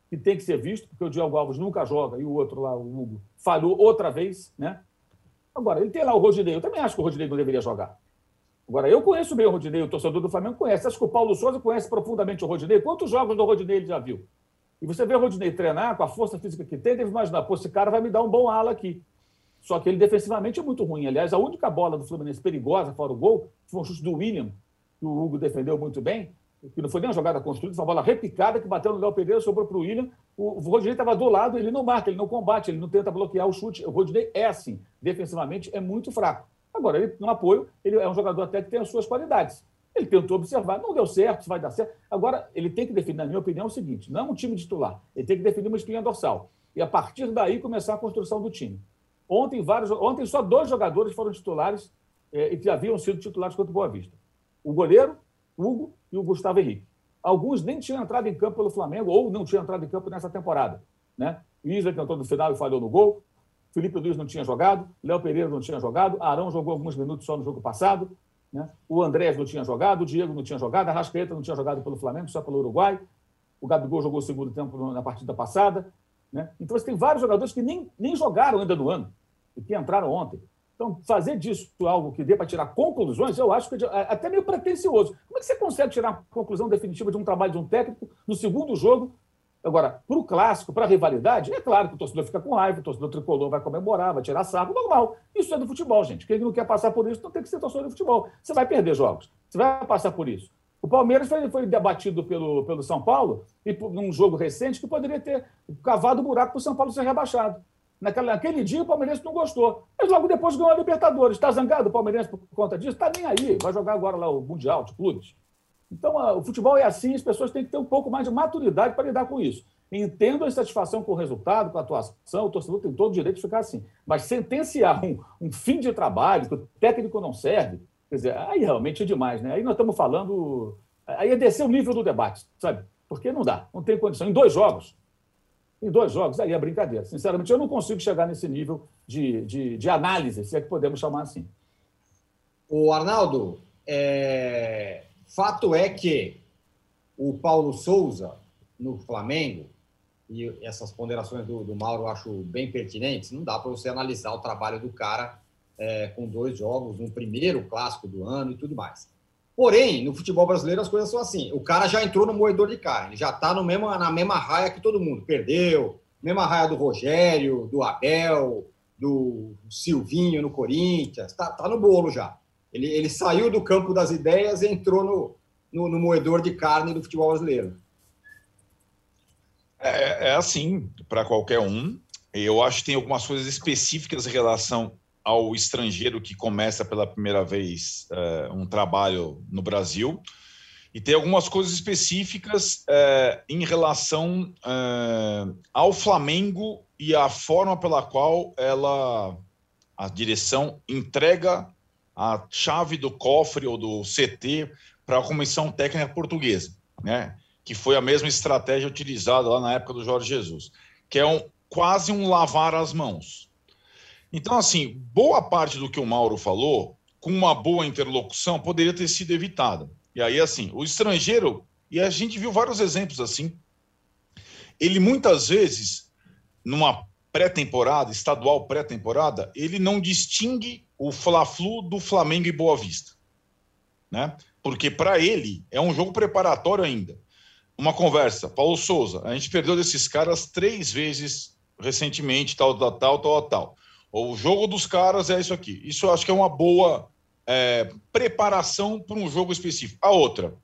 que tem que ser visto, porque o Diogo Alves nunca joga e o outro lá, o Hugo, falhou outra vez, né? Agora, ele tem lá o Rodinei. Eu também acho que o Rodinei não deveria jogar. Agora, eu conheço bem o Rodinei, o torcedor do Flamengo conhece. Acho que o Paulo Souza conhece profundamente o Rodinei. Quantos jogos do Rodinei ele já viu? E você vê o Rodinei treinar com a força física que tem, deve imaginar, pô, esse cara vai me dar um bom ala aqui. Só que ele defensivamente é muito ruim. Aliás, a única bola do Fluminense perigosa fora o gol foi um chute do William, que o Hugo defendeu muito bem, que não foi nem uma jogada construída, foi uma bola repicada que bateu no Léo Pereira, sobrou para o William. O Rodinei estava do lado, ele não marca, ele não combate, ele não tenta bloquear o chute. O Rodinei é assim, defensivamente é muito fraco. Agora, ele, no apoio, ele é um jogador até que tem as suas qualidades. Ele tentou observar, não deu certo, se vai dar certo. Agora, ele tem que definir, na minha opinião, o seguinte, não é um time titular, ele tem que definir uma espinha dorsal. E, a partir daí, começar a construção do time. Ontem, vários, ontem só dois jogadores foram titulares eh, e que haviam sido titulares contra o Boa Vista. O goleiro, Hugo, e o Gustavo Henrique. Alguns nem tinham entrado em campo pelo Flamengo ou não tinham entrado em campo nessa temporada, né? O Isla tentou no final e falhou no gol. Felipe Luiz não tinha jogado. Léo Pereira não tinha jogado. Arão jogou alguns minutos só no jogo passado, né? O Andrés não tinha jogado. O Diego não tinha jogado. A Arrascaeta não tinha jogado pelo Flamengo, só pelo Uruguai. O Gabigol jogou o segundo tempo na partida passada, né? Então, você tem vários jogadores que nem, nem jogaram ainda no ano e que entraram ontem. Então, fazer disso algo que dê para tirar conclusões, eu acho que é até meio pretencioso. Como é que você consegue tirar a conclusão definitiva de um trabalho de um técnico no segundo jogo? Agora, para o clássico, para a rivalidade, é claro que o torcedor fica com raiva, o torcedor tricolor vai comemorar, vai tirar sarro, normal. Isso é do futebol, gente. Quem não quer passar por isso não tem que ser torcedor de futebol. Você vai perder jogos, você vai passar por isso. O Palmeiras foi, foi debatido pelo, pelo São Paulo, e num jogo recente, que poderia ter cavado o buraco para o São Paulo ser rebaixado. Naquela, naquele dia o Palmeirense não gostou. Mas logo depois ganhou a Libertadores. Está zangado o Palmeirense por conta disso? Está nem aí. Vai jogar agora lá o Mundial de Clubes. Então, a, o futebol é assim, as pessoas têm que ter um pouco mais de maturidade para lidar com isso. Entendo a insatisfação com o resultado, com a atuação, o torcedor tem todo o direito de ficar assim. Mas sentenciar um, um fim de trabalho, que o técnico não serve, quer dizer, aí realmente é demais, né? Aí nós estamos falando... Aí é descer o nível do debate, sabe? Porque não dá, não tem condição. Em dois jogos... Em dois jogos, aí é brincadeira. Sinceramente, eu não consigo chegar nesse nível de, de, de análise, se é que podemos chamar assim. O Arnaldo, é... fato é que o Paulo Souza, no Flamengo, e essas ponderações do, do Mauro eu acho bem pertinentes, não dá para você analisar o trabalho do cara é, com dois jogos, um primeiro clássico do ano e tudo mais. Porém, no futebol brasileiro as coisas são assim. O cara já entrou no moedor de carne, ele já está na mesma raia que todo mundo. Perdeu, mesma raia do Rogério, do Abel, do Silvinho no Corinthians. Está tá no bolo já. Ele, ele saiu do campo das ideias e entrou no, no, no moedor de carne do futebol brasileiro. É, é assim, para qualquer um. Eu acho que tem algumas coisas específicas em relação ao estrangeiro que começa pela primeira vez é, um trabalho no Brasil, e tem algumas coisas específicas é, em relação é, ao Flamengo e a forma pela qual ela, a direção entrega a chave do cofre ou do C T para a comissão técnica portuguesa, né? Que foi a mesma estratégia utilizada lá na época do Jorge Jesus, que é um, quase um lavar as mãos. Então, assim, boa parte do que o Mauro falou, com uma boa interlocução, poderia ter sido evitada. E aí, assim, o estrangeiro, e a gente viu vários exemplos assim, ele muitas vezes, numa pré-temporada, estadual pré-temporada, ele não distingue o Fla-Flu do Flamengo e Boa Vista, né? Porque para ele é um jogo preparatório ainda. Uma conversa, Paulo Souza, a gente perdeu desses caras três vezes recentemente, tal, tal, tal, tal, tal. O jogo dos caras é isso aqui. Isso eu acho que é uma boa é, preparação para um jogo específico. A outra,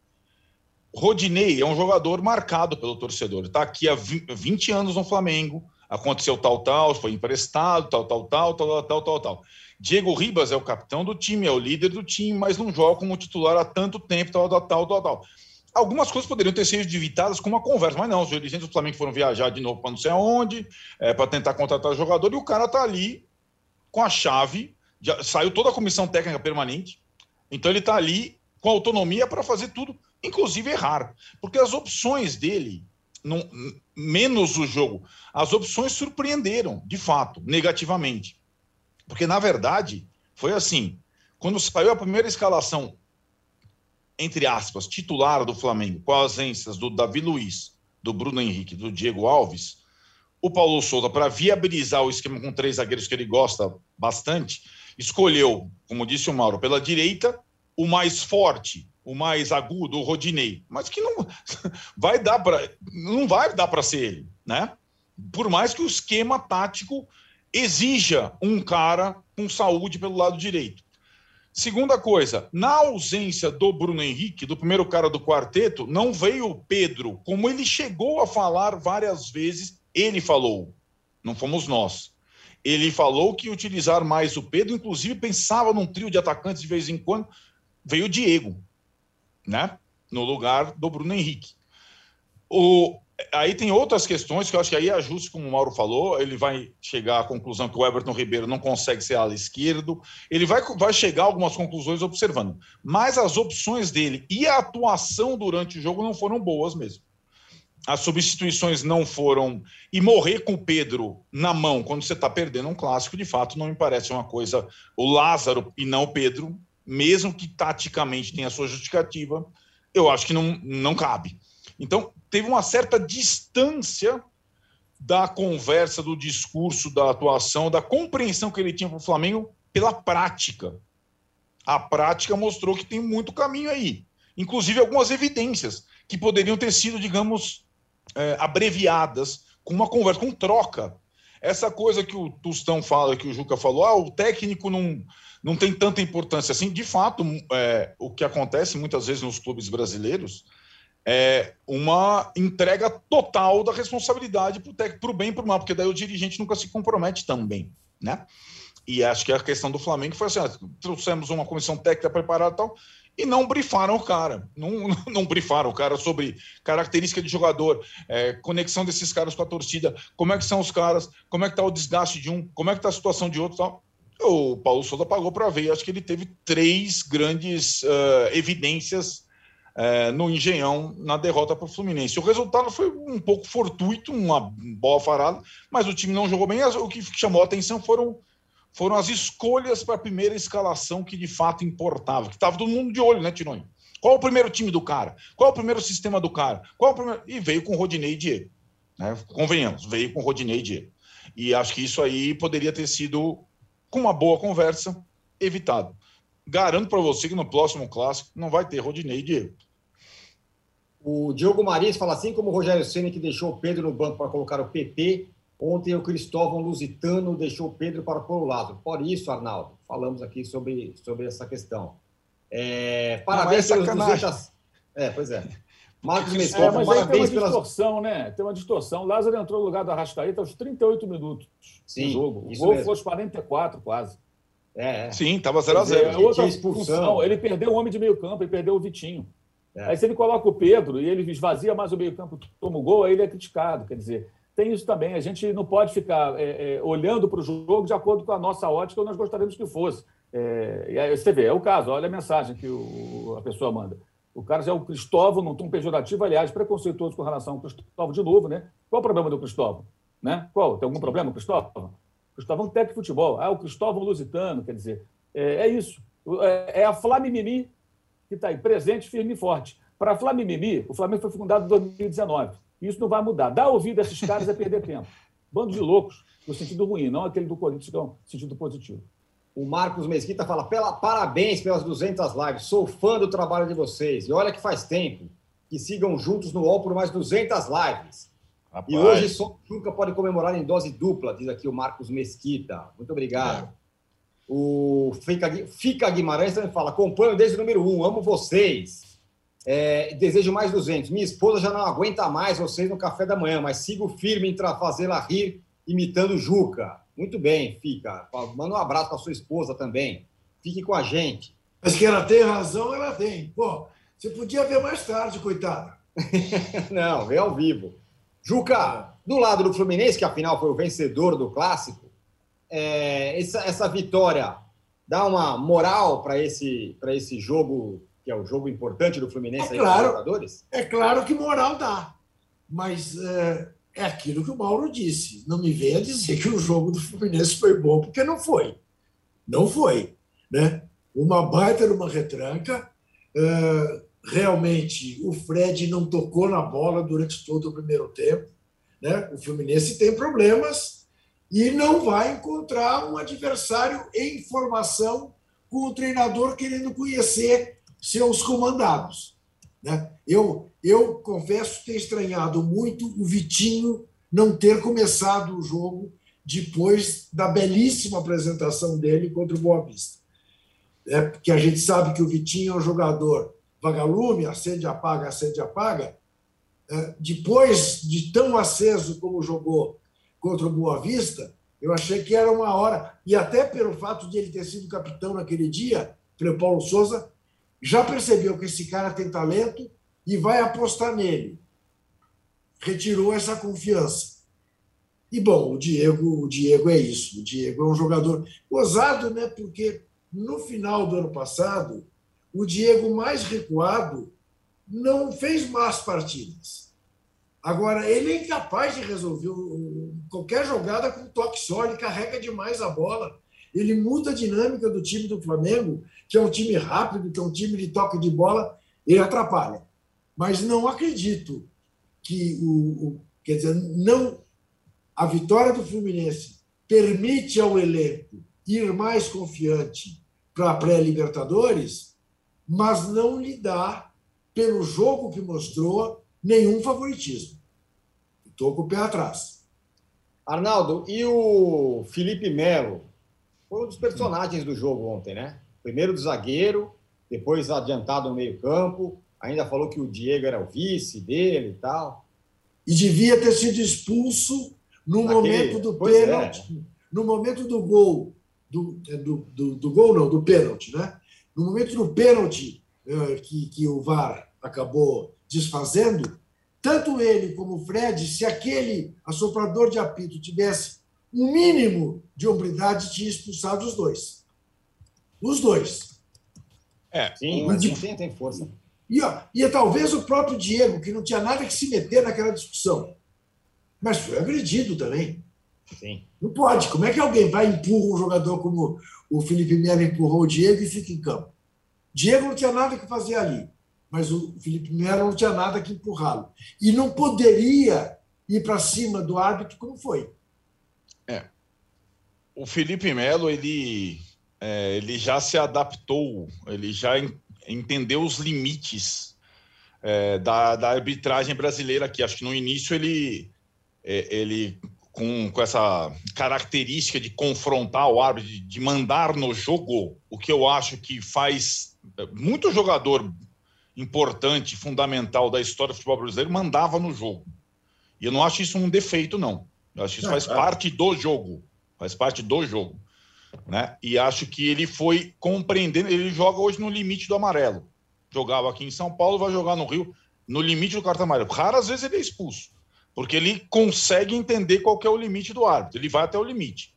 Rodinei é um jogador marcado pelo torcedor. Está aqui há vinte anos no Flamengo, aconteceu tal, tal, foi emprestado, tal, tal, tal, tal, tal, tal, tal. Diego Ribas é o capitão do time, é o líder do time, mas não joga como titular há tanto tempo, tal, tal, tal, tal, tal. Algumas coisas poderiam ter sido evitadas com uma conversa, mas não, os dirigentes do Flamengo foram viajar de novo para não sei aonde, é, para tentar contratar jogador, e o cara está ali com a chave, já saiu toda a comissão técnica permanente, então ele está ali com autonomia para fazer tudo, inclusive errar, porque as opções dele, não, menos o jogo, as opções surpreenderam, de fato, negativamente, porque na verdade foi assim, quando saiu a primeira escalação, entre aspas, titular do Flamengo, com as ausências do Davi Luiz, do Bruno Henrique, do Diego Alves, o Paulo Souza, para viabilizar o esquema com três zagueiros que ele gosta bastante, escolheu, como disse o Mauro, pela direita, o mais forte, o mais agudo, o Rodinei, mas que não vai dar para não vai dar para ser ele, né? Por mais que o esquema tático exija um cara com saúde pelo lado direito. Segunda coisa, na ausência do Bruno Henrique, do primeiro cara do quarteto, não veio o Pedro, como ele chegou a falar várias vezes, ele falou, não fomos nós. Ele falou que utilizar mais o Pedro, inclusive pensava num trio de atacantes de vez em quando, veio o Diego, né? No lugar do Bruno Henrique. O, aí tem outras questões que eu acho que aí é ajuste, como o Mauro falou, ele vai chegar à conclusão que o Everton Ribeiro não consegue ser ala esquerdo, ele vai, vai chegar a algumas conclusões observando, mas as opções dele e a atuação durante o jogo não foram boas mesmo. As substituições não foram... E morrer com o Pedro na mão quando você está perdendo um clássico, de fato, não me parece uma coisa... O Lázaro e não o Pedro, mesmo que taticamente tenha a sua justificativa, eu acho que não, não cabe. Então, teve uma certa distância da conversa, do discurso, da atuação, da compreensão que ele tinha para o Flamengo pela prática. A prática mostrou que tem muito caminho aí. Inclusive algumas evidências que poderiam ter sido, digamos, é, abreviadas com uma conversa, com troca. Essa coisa que o Tostão fala, que o Juca falou, ah, o técnico não, não tem tanta importância assim. De fato, é, o que acontece muitas vezes nos clubes brasileiros é uma entrega total da responsabilidade para o técnico, para o bem e para o mal, porque daí o dirigente nunca se compromete também, né? E acho que a questão do Flamengo foi assim, ah, trouxemos uma comissão técnica preparada e tal, e não brifaram o cara, não, não brifaram o cara sobre característica de jogador, é, conexão desses caras com a torcida, como é que são os caras, como é que está o desgaste de um, como é que está a situação de outro e tal. O Paulo Souza pagou para ver, acho que ele teve três grandes uh, evidências uh, no Engenhão na derrota para o Fluminense. O resultado foi um pouco fortuito, uma bola farada, mas o time não jogou bem. O que chamou a atenção foram foram as escolhas para a primeira escalação que de fato importava, que estava todo mundo de olho, né, Tironi? Qual o primeiro time do cara? Qual o primeiro sistema do cara? Qual o primeiro... E veio com Rodinei e Diego, né? Convenhamos, veio com Rodinei e Diego. E acho que isso aí poderia ter sido, com uma boa conversa, evitado. Garanto para você que no próximo clássico não vai ter Rodinei e Diego. O Diogo Mariz fala assim, como o Rogério Ceni que deixou o Pedro no banco para colocar o P P. Ontem o Cristóvão Lusitano deixou o Pedro para pôr o Lázaro. Por isso, Arnaldo, falamos aqui sobre, sobre essa questão. É, parabéns não, é pelos duzentos... É, pois é. Marcos Mesquita, é, mas parabéns tem uma pelas... distorção, né? Tem uma distorção. O Lázaro entrou no lugar do Arrascaeta aos trinta e oito minutos Sim, do jogo. O isso gol mesmo. foi aos quarenta e quatro, quase. É, é. Sim, estava zero a zero. É, outra expulsão. função, ele perdeu o homem de meio campo, ele perdeu o Vitinho. É. Aí se ele coloca o Pedro e ele esvazia mais o meio campo, toma o gol, aí ele é criticado. Quer dizer, tem isso também. A gente não pode ficar é, é, olhando para o jogo de acordo com a nossa ótica, ou nós gostaríamos que fosse. É, e aí você vê, é o caso, olha a mensagem que o, a pessoa manda. O cara já é o Cristóvão, num tom pejorativo, aliás, preconceituoso com relação ao Cristóvão de novo, né? Qual o problema do Cristóvão? Né? Qual? Tem algum problema com o Cristóvão? Cristóvão técnico de futebol. Ah, o Cristóvão Lusitano, quer dizer, é, é isso. É, é a Flamimimi que está aí, presente, firme e forte. Para a Flamimimi, o Flamengo foi fundado em dois mil e dezenove. Isso não vai mudar. Dar ouvido a esses caras é perder tempo. Bando de loucos, no sentido ruim, não aquele do Corinthians, que é um sentido positivo. O Marcos Mesquita fala, Pela, parabéns pelas duzentas lives, sou fã do trabalho de vocês. E olha que faz tempo que sigam juntos no U O L por mais duzentas lives. Rapaz. E hoje só o Juca pode comemorar em dose dupla, diz aqui o Marcos Mesquita. Muito obrigado. É. O Fica, Fica Guimarães também fala, acompanho desde o número um, amo vocês. É, desejo mais duzentos. Minha esposa já não aguenta mais vocês no café da manhã, mas sigo firme em fazê-la rir, imitando o Juca. Muito bem, fica. Manda um abraço para sua esposa também. Fique com a gente. Mas que ela tem razão, ela tem. Pô, você podia ver mais tarde, coitada. Não, vê ao vivo. Juca, do lado do Fluminense, que afinal foi o vencedor do Clássico, é, essa, essa vitória dá uma moral para esse, para esse jogo, que é o jogo importante do Fluminense é aí claro, com os jogadores? É claro que moral dá. Mas... É... É aquilo que o Mauro disse. Não me venha dizer que o jogo do Fluminense foi bom, porque não foi. Não foi. Né? Uma baita numa retranca, uh, realmente o Fred não tocou na bola durante todo o primeiro tempo, né? O Fluminense tem problemas e não vai encontrar um adversário em formação com o treinador querendo conhecer seus comandados, né? Eu, eu confesso ter estranhado muito o Vitinho não ter começado o jogo depois da belíssima apresentação dele contra o Boa Vista. É, porque a gente sabe que o Vitinho é um jogador vagalume, acende, apaga, acende, apaga. É, depois de tão aceso como jogou contra o Boa Vista, eu achei que era uma hora, e até pelo fato de ele ter sido capitão naquele dia, pelo Paulo Souza, já percebeu que esse cara tem talento e vai apostar nele. Retirou essa confiança. E, bom, o Diego, o Diego é isso. O Diego é um jogador gozado, né? Porque no final do ano passado, o Diego mais recuado não fez más partidas. Agora, ele é incapaz de resolver qualquer jogada com toque só, ele carrega demais a bola. Ele muda a dinâmica do time do Flamengo, que é um time rápido, que é um time de toque de bola, ele atrapalha. Mas não acredito que o, o quer dizer, não a vitória do Fluminense permite ao elenco ir mais confiante para a pré-Libertadores, mas não lhe dá, pelo jogo que mostrou, nenhum favoritismo. Estou com o pé atrás. Arnaldo, e o Felipe Melo? Foi um dos personagens do jogo ontem, né? Primeiro do zagueiro, depois adiantado no meio-campo, ainda falou que o Diego era o vice dele e tal. E devia ter sido expulso no Naquele... momento do pênalti, é. no momento do gol, do, do, do, do gol não, do pênalti, né? No momento do pênalti que, que o V A R acabou desfazendo, tanto ele como o Fred, se aquele assoprador de apito tivesse um mínimo de hombridade, tinha expulsado os dois. Os dois. É, sim, mas de... tem, tem força. E, ó, e talvez o próprio Diego, que não tinha nada que se meter naquela discussão. Mas foi agredido também. Sim. Não pode. Como é que alguém vai e empurra um jogador como o Felipe Melo empurrou o Diego e fica em campo? Diego não tinha nada que fazer ali, mas o Felipe Melo não tinha nada que empurrá-lo. E não poderia ir para cima do árbitro como foi. É. O Felipe Melo, ele, é, ele já se adaptou, ele já entendeu os limites é, da, da arbitragem brasileira aqui. Acho que no início ele, é, ele com, com essa característica de confrontar o árbitro, de, de mandar no jogo, o que eu acho que faz muito jogador importante, fundamental da história do futebol brasileiro, mandava no jogo. E eu não acho isso um defeito, não. Eu acho que isso faz parte do jogo. Faz parte do jogo. Né? E acho que ele foi compreendendo. Ele joga hoje no limite do amarelo. Jogava aqui em São Paulo, vai jogar no Rio no limite do cartão amarelo. Raras vezes ele é expulso. Porque ele consegue entender qual que é o limite do árbitro. Ele vai até o limite.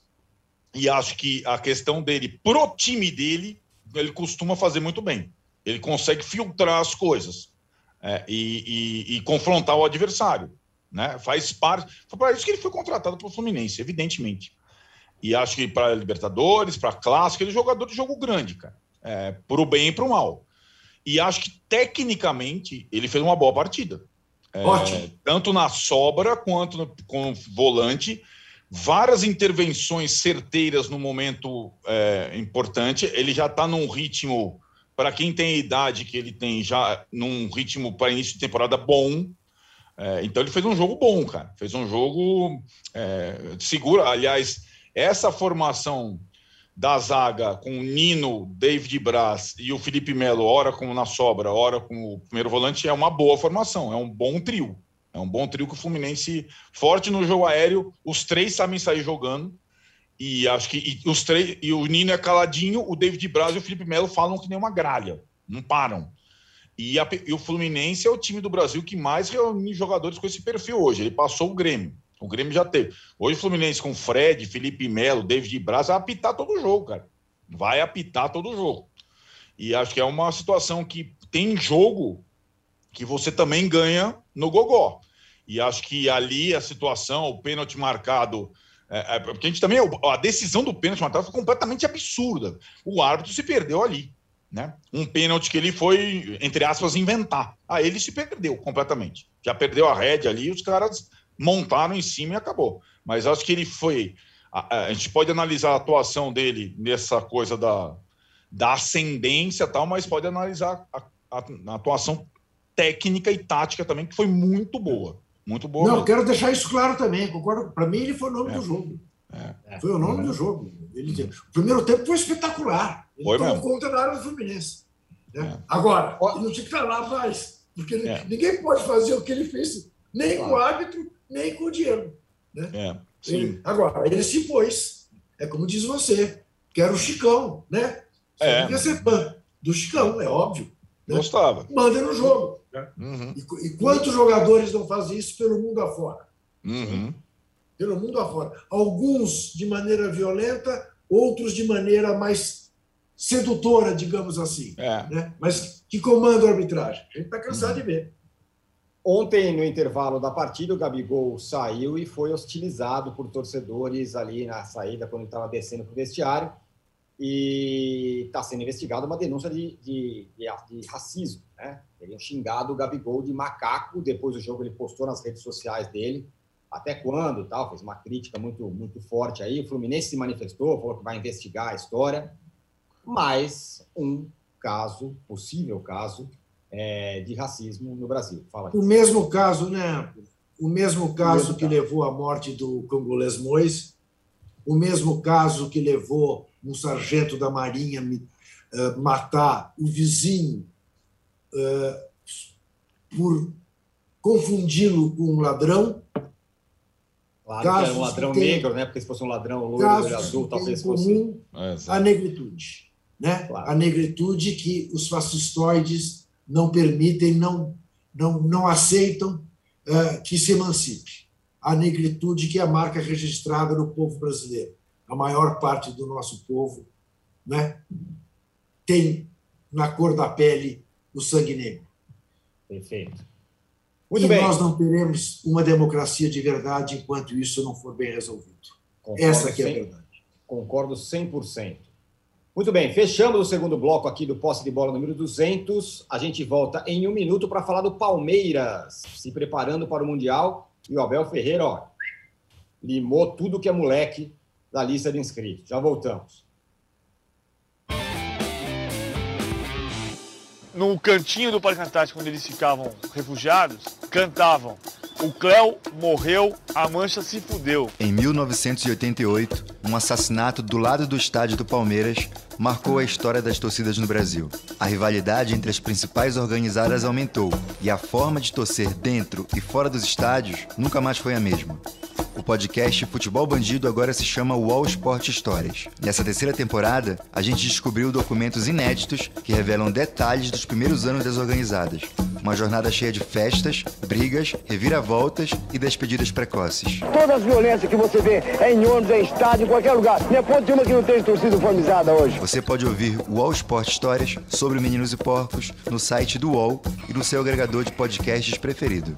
E acho que a questão dele, pro time dele, ele costuma fazer muito bem. Ele consegue filtrar as coisas. É, e, e, e confrontar o adversário. Né? Faz parte. Foi para isso que ele foi contratado pelo Fluminense, evidentemente. E acho que para Libertadores, para Clássico, ele é jogador de jogo grande, cara. É, para o bem e para o mal. E acho que, tecnicamente, ele fez uma boa partida. É, Ótimo. Tanto na sobra quanto no, com o volante. Várias intervenções certeiras no momento é, importante. Ele já está num ritmo, para quem tem a idade que ele tem, já num ritmo para início de temporada bom. É, então ele fez um jogo bom, cara. Fez um jogo é, seguro. Aliás, essa formação da zaga com o Nino, David Braz e o Felipe Melo, ora como na sobra, ora como o primeiro volante, é uma boa formação, é um bom trio. É um bom trio que o Fluminense, forte no jogo aéreo, os três sabem sair jogando. E acho que e os três, e o Nino é caladinho, o David Braz e o Felipe Melo falam que nem uma gralha, não param. E, a, e o Fluminense é o time do Brasil que mais reúne jogadores com esse perfil hoje. Ele passou o Grêmio. O Grêmio já teve. Hoje o Fluminense com Fred, Felipe Melo, David Braz vai apitar todo o jogo, cara. Vai apitar todo o jogo. E acho que é uma situação que tem jogo que você também ganha no gogó. E acho que ali a situação, o pênalti marcado... É, é, porque a gente também... A decisão do pênalti marcado foi completamente absurda. O árbitro se perdeu ali. né? Um pênalti que ele foi, entre aspas, inventar. Aí ele se perdeu completamente. Já perdeu a rédea ali, os caras montaram em cima e acabou. Mas acho que ele foi... A, a gente pode analisar a atuação dele nessa coisa da, da ascendência e tal, mas pode analisar a, a, a atuação técnica e tática também, que foi muito boa. Muito boa. Não, mesmo. quero deixar isso claro também. Concordo. Para mim, ele foi o nome É. do jogo. É. Foi o nome É. do jogo. Ele, o primeiro tempo foi espetacular. Ele Foi tomou mesmo. conta da área do Fluminense. Né? É. Agora, ele não tinha que estar lá mais. Porque É. ninguém pode fazer o que ele fez, nem Claro. com o árbitro, nem com o Diego. Né? É. Sim. Ele, agora, ele se pôs. É como diz você, que era o Chicão, né? Só É. devia ser fã do Chicão, é óbvio. Né? Gostava. Manda no jogo. Uhum. E, e quantos jogadores não fazem isso pelo mundo afora? Uhum. Pelo mundo afora. Alguns de maneira violenta, outros de maneira mais sedutora, digamos assim. É. Né? Mas que comanda a arbitragem? A gente está cansado de ver. Ontem, no intervalo da partida, o Gabigol saiu e foi hostilizado por torcedores ali na saída, quando estava descendo para o vestiário. E está sendo investigada uma denúncia de, de, de, de racismo. Né? Teriam xingado o Gabigol de macaco. Depois do jogo, ele postou nas redes sociais dele até quando, tal, fez uma crítica muito, muito forte aí. O Fluminense se manifestou, falou que vai investigar a história. Mas um caso, possível caso, é, de racismo no Brasil. Fala aí. O mesmo caso, né? O mesmo caso mesmo que caso. levou à morte do congolês Mois, o mesmo caso que levou um sargento da Marinha uh, matar o vizinho uh, por confundi-lo com um ladrão. Claro que era Casos um ladrão que tem- negro, né? Porque se fosse um ladrão loiro, olho Casos azul, que têm talvez em fosse. comum É, a exato. negritude. Né? Claro. A negritude que os fascistoides não permitem, não, não, não aceitam uh, que se emancipe. A negritude que é a marca registrada no povo brasileiro. A maior parte do nosso povo, né, tem na cor da pele o sangue negro. Perfeito. Muito e bem. nós não teremos uma democracia de verdade enquanto isso não for bem resolvido. Concordo Essa que é a cem- verdade. Concordo cem por cento. Muito bem, fechamos o segundo bloco aqui do Posse de Bola número duzentos. A gente volta em um minuto para falar do Palmeiras, se preparando para o Mundial. E o Abel Ferreira, ó, limou tudo que é moleque da lista de inscritos. Já voltamos. No cantinho do Parque Antártico, onde eles ficavam refugiados, cantavam: "O Cléo morreu, a Mancha se fudeu". Em mil novecentos e oitenta e oito, um assassinato do lado do estádio do Palmeiras marcou a história das torcidas no Brasil. A rivalidade entre as principais organizadas aumentou e a forma de torcer dentro e fora dos estádios nunca mais foi a mesma. O podcast Futebol Bandido agora se chama UOL Esporte Histórias. Nessa terceira temporada, a gente descobriu documentos inéditos que revelam detalhes dos primeiros anos das organizadas. Uma jornada cheia de festas, brigas, reviravoltas e despedidas precoces. Todas as violências que você vê é em ônibus, é em estádio, em qualquer lugar. Me aponte uma que não tem torcida uniformizada hoje. Você pode ouvir o UOL Esporte Histórias sobre Meninos e Porcos no site do UOL e no seu agregador de podcasts preferido.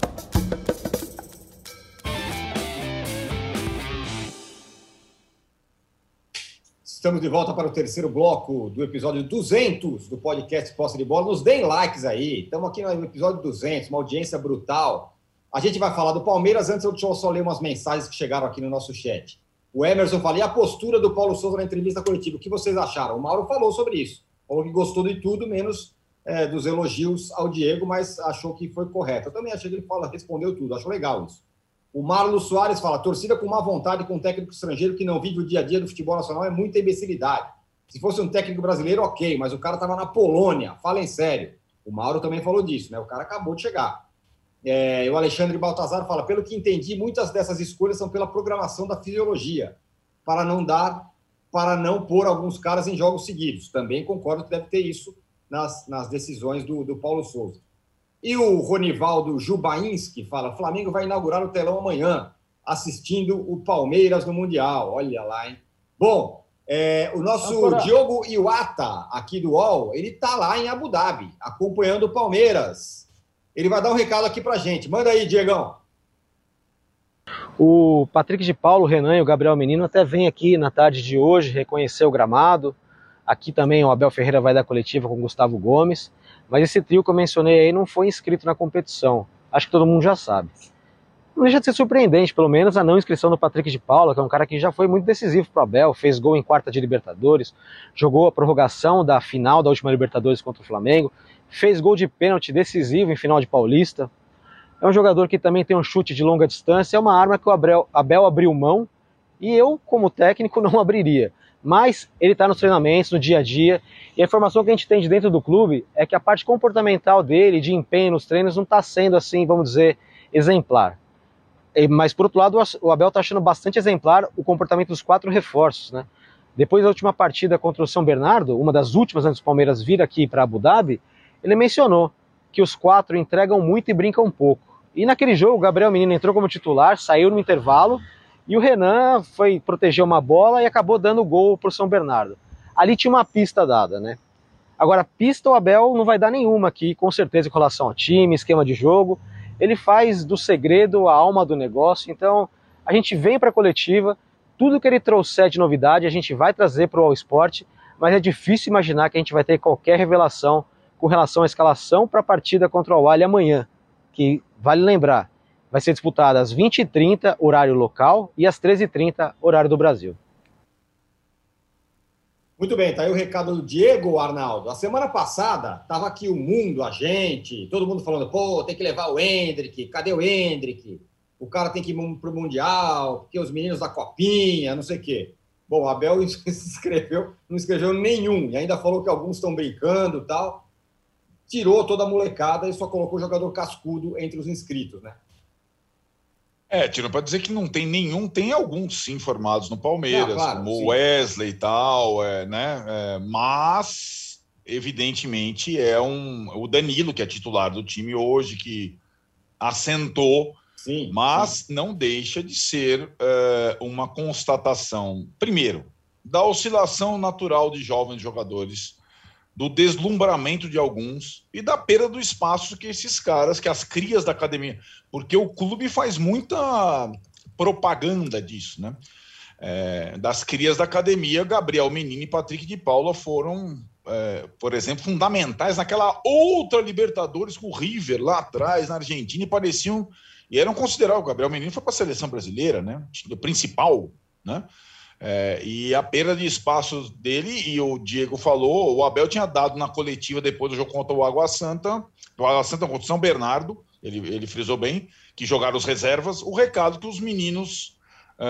Estamos de volta para o terceiro bloco do episódio duzentos do podcast Posse de Bola. Nos deem likes aí. Estamos aqui no episódio duzentos, uma audiência brutal. A gente vai falar do Palmeiras. Antes, deixa eu só ler umas mensagens que chegaram aqui no nosso chat. O Emerson falou: e a postura do Paulo Souza na entrevista coletiva? O que vocês acharam? O Mauro falou sobre isso. Falou que gostou de tudo, menos é, dos elogios ao Diego, mas achou que foi correto. Eu também achei que ele fala, respondeu tudo. Acho legal isso. O Marlon Soares fala: torcida com má vontade com um técnico estrangeiro que não vive o dia a dia do futebol nacional é muita imbecilidade. Se fosse um técnico brasileiro, ok, mas o cara estava na Polônia, fala em sério. O Mauro também falou disso, né? O cara acabou de chegar. É, e o Alexandre Baltazar fala: pelo que entendi, muitas dessas escolhas são pela programação da fisiologia, para não dar, para não pôr alguns caras em jogos seguidos. Também concordo que deve ter isso nas, nas decisões do, do Paulo Souza. E o Ronivaldo Jubainski fala: Flamengo vai inaugurar o telão amanhã, assistindo o Palmeiras no Mundial. Olha lá, hein? Bom, é, o nosso Agora... Diogo Iwata, aqui do U O L, ele está lá em Abu Dhabi, acompanhando o Palmeiras. Ele vai dar um recado aqui pra gente. Manda aí, Diegão. O Patrick de Paulo, o Renan e o Gabriel Menino até vêm aqui na tarde de hoje reconhecer o gramado, Aqui também o Abel Ferreira vai dar coletiva com o Gustavo Gomes, mas esse trio que eu mencionei aí não foi inscrito na competição. Acho que todo mundo já sabe. Não deixa de ser surpreendente, pelo menos, a não inscrição do Patrick de Paula, que é um cara que já foi muito decisivo para o Abel, fez gol em quarta de Libertadores, jogou a prorrogação da final da última Libertadores contra o Flamengo, fez gol de pênalti decisivo em final de Paulista. É um jogador que também tem um chute de longa distância, é uma arma que o Abel, Abel abriu mão e eu, como técnico, não abriria. Mas ele está nos treinamentos, no dia a dia, e a informação que a gente tem de dentro do clube é que a parte comportamental dele, de empenho nos treinos, não está sendo assim, vamos dizer, exemplar. Mas, por outro lado, o Abel está achando bastante exemplar o comportamento dos quatro reforços, né? Depois da última partida contra o São Bernardo, uma das últimas antes do Palmeiras vir aqui para Abu Dhabi, ele mencionou que os quatro entregam muito e brincam um pouco. E naquele jogo, o Gabriel Menino entrou como titular, saiu no intervalo, e o Renan foi proteger uma bola e acabou dando gol para o São Bernardo. Ali tinha uma pista dada, né? Agora, pista o Abel não vai dar nenhuma aqui, com certeza, com relação ao time, esquema de jogo. Ele faz do segredo a alma do negócio, então a gente vem para a coletiva, tudo que ele trouxer de novidade a gente vai trazer para o All Sport, mas é difícil imaginar que a gente vai ter qualquer revelação com relação à escalação para a partida contra o Al-Ahly amanhã, que, vale lembrar, vai ser disputada às vinte e trinta, horário local, e às treze e trinta, horário do Brasil. Muito bem, tá aí o recado do Diego Arnaldo. A semana passada, tava aqui o mundo, a gente, todo mundo falando, pô, tem que levar o Endrick, cadê o Endrick? O cara tem que ir pro Mundial, porque os meninos da Copinha, não sei o quê. Bom, o Abel escreveu, não escreveu nenhum, e ainda falou que alguns estão brincando e tal. Tirou toda a molecada e só colocou o jogador cascudo entre os inscritos, né? É, Tino, para dizer que não tem nenhum, tem alguns sim formados no Palmeiras, ah, claro, como o Wesley e tal, é, né? É, mas, evidentemente, é um, o Danilo, que é titular do time hoje, que assentou, sim, mas sim. Não deixa de ser é, uma constatação, primeiro, da oscilação natural de jovens jogadores, do deslumbramento de alguns e da perda do espaço que esses caras, que as crias da academia, porque o clube faz muita propaganda disso, né? É, das crias da academia, Gabriel Menino e Patrick de Paula foram, é, por exemplo, fundamentais naquela outra Libertadores com o River lá atrás, na Argentina, e pareciam, e eram considerados, o Gabriel Menino foi para a seleção brasileira, né? O principal, né? É, e a perda de espaços dele, e o Diego falou, o Abel tinha dado na coletiva depois do jogo contra o Água Santa, o Água Santa contra o São Bernardo, ele, ele frisou bem, que jogaram os reservas, o recado que os meninos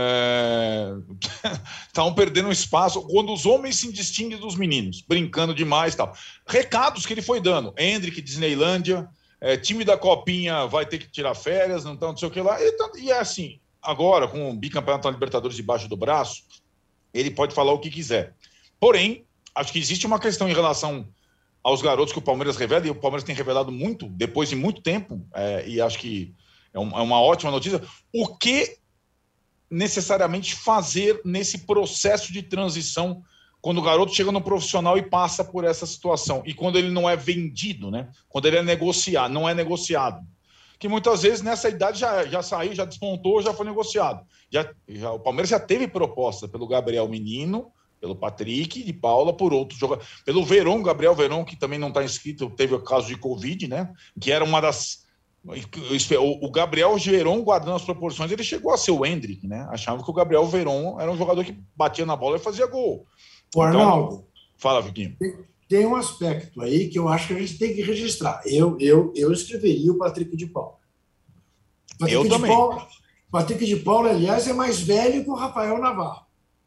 estavam é, perdendo espaço, quando os homens se distinguem dos meninos, brincando demais e tal. Recados que ele foi dando, Endrick, Disneylândia, é, time da Copinha vai ter que tirar férias, não, não sei o que lá, e, e é assim, agora, com o bicampeonato da Libertadores debaixo do braço, ele pode falar o que quiser. Porém, acho que existe uma questão em relação aos garotos que o Palmeiras revela, e o Palmeiras tem revelado muito, depois de muito tempo, é, e acho que é, um, é uma ótima notícia, o que necessariamente fazer nesse processo de transição quando o garoto chega no profissional e passa por essa situação, e quando ele não é vendido, né? Quando ele é negociado, não é negociado. Que muitas vezes nessa idade já, já saiu, já despontou, já foi negociado. Já, já, o Palmeiras já teve proposta pelo Gabriel Menino, pelo Patrick de Paula, por outros jogadores. Pelo Verón, Gabriel Verón, que também não está inscrito, teve o caso de Covid, né? Que era uma das... O, o Gabriel Verón, guardando as proporções, ele chegou a ser o Endrick, né? Achava que o Gabriel Verón era um jogador que batia na bola e fazia gol. O Arnaldo, então, fala, Viquinho. Tem um aspecto aí que eu acho que a gente tem que registrar. Eu, eu, eu escreveria o Patrick de Paula. Patrick eu de também. Paula, Patrick de Paula, aliás, é mais velho que o Rafael Navarro.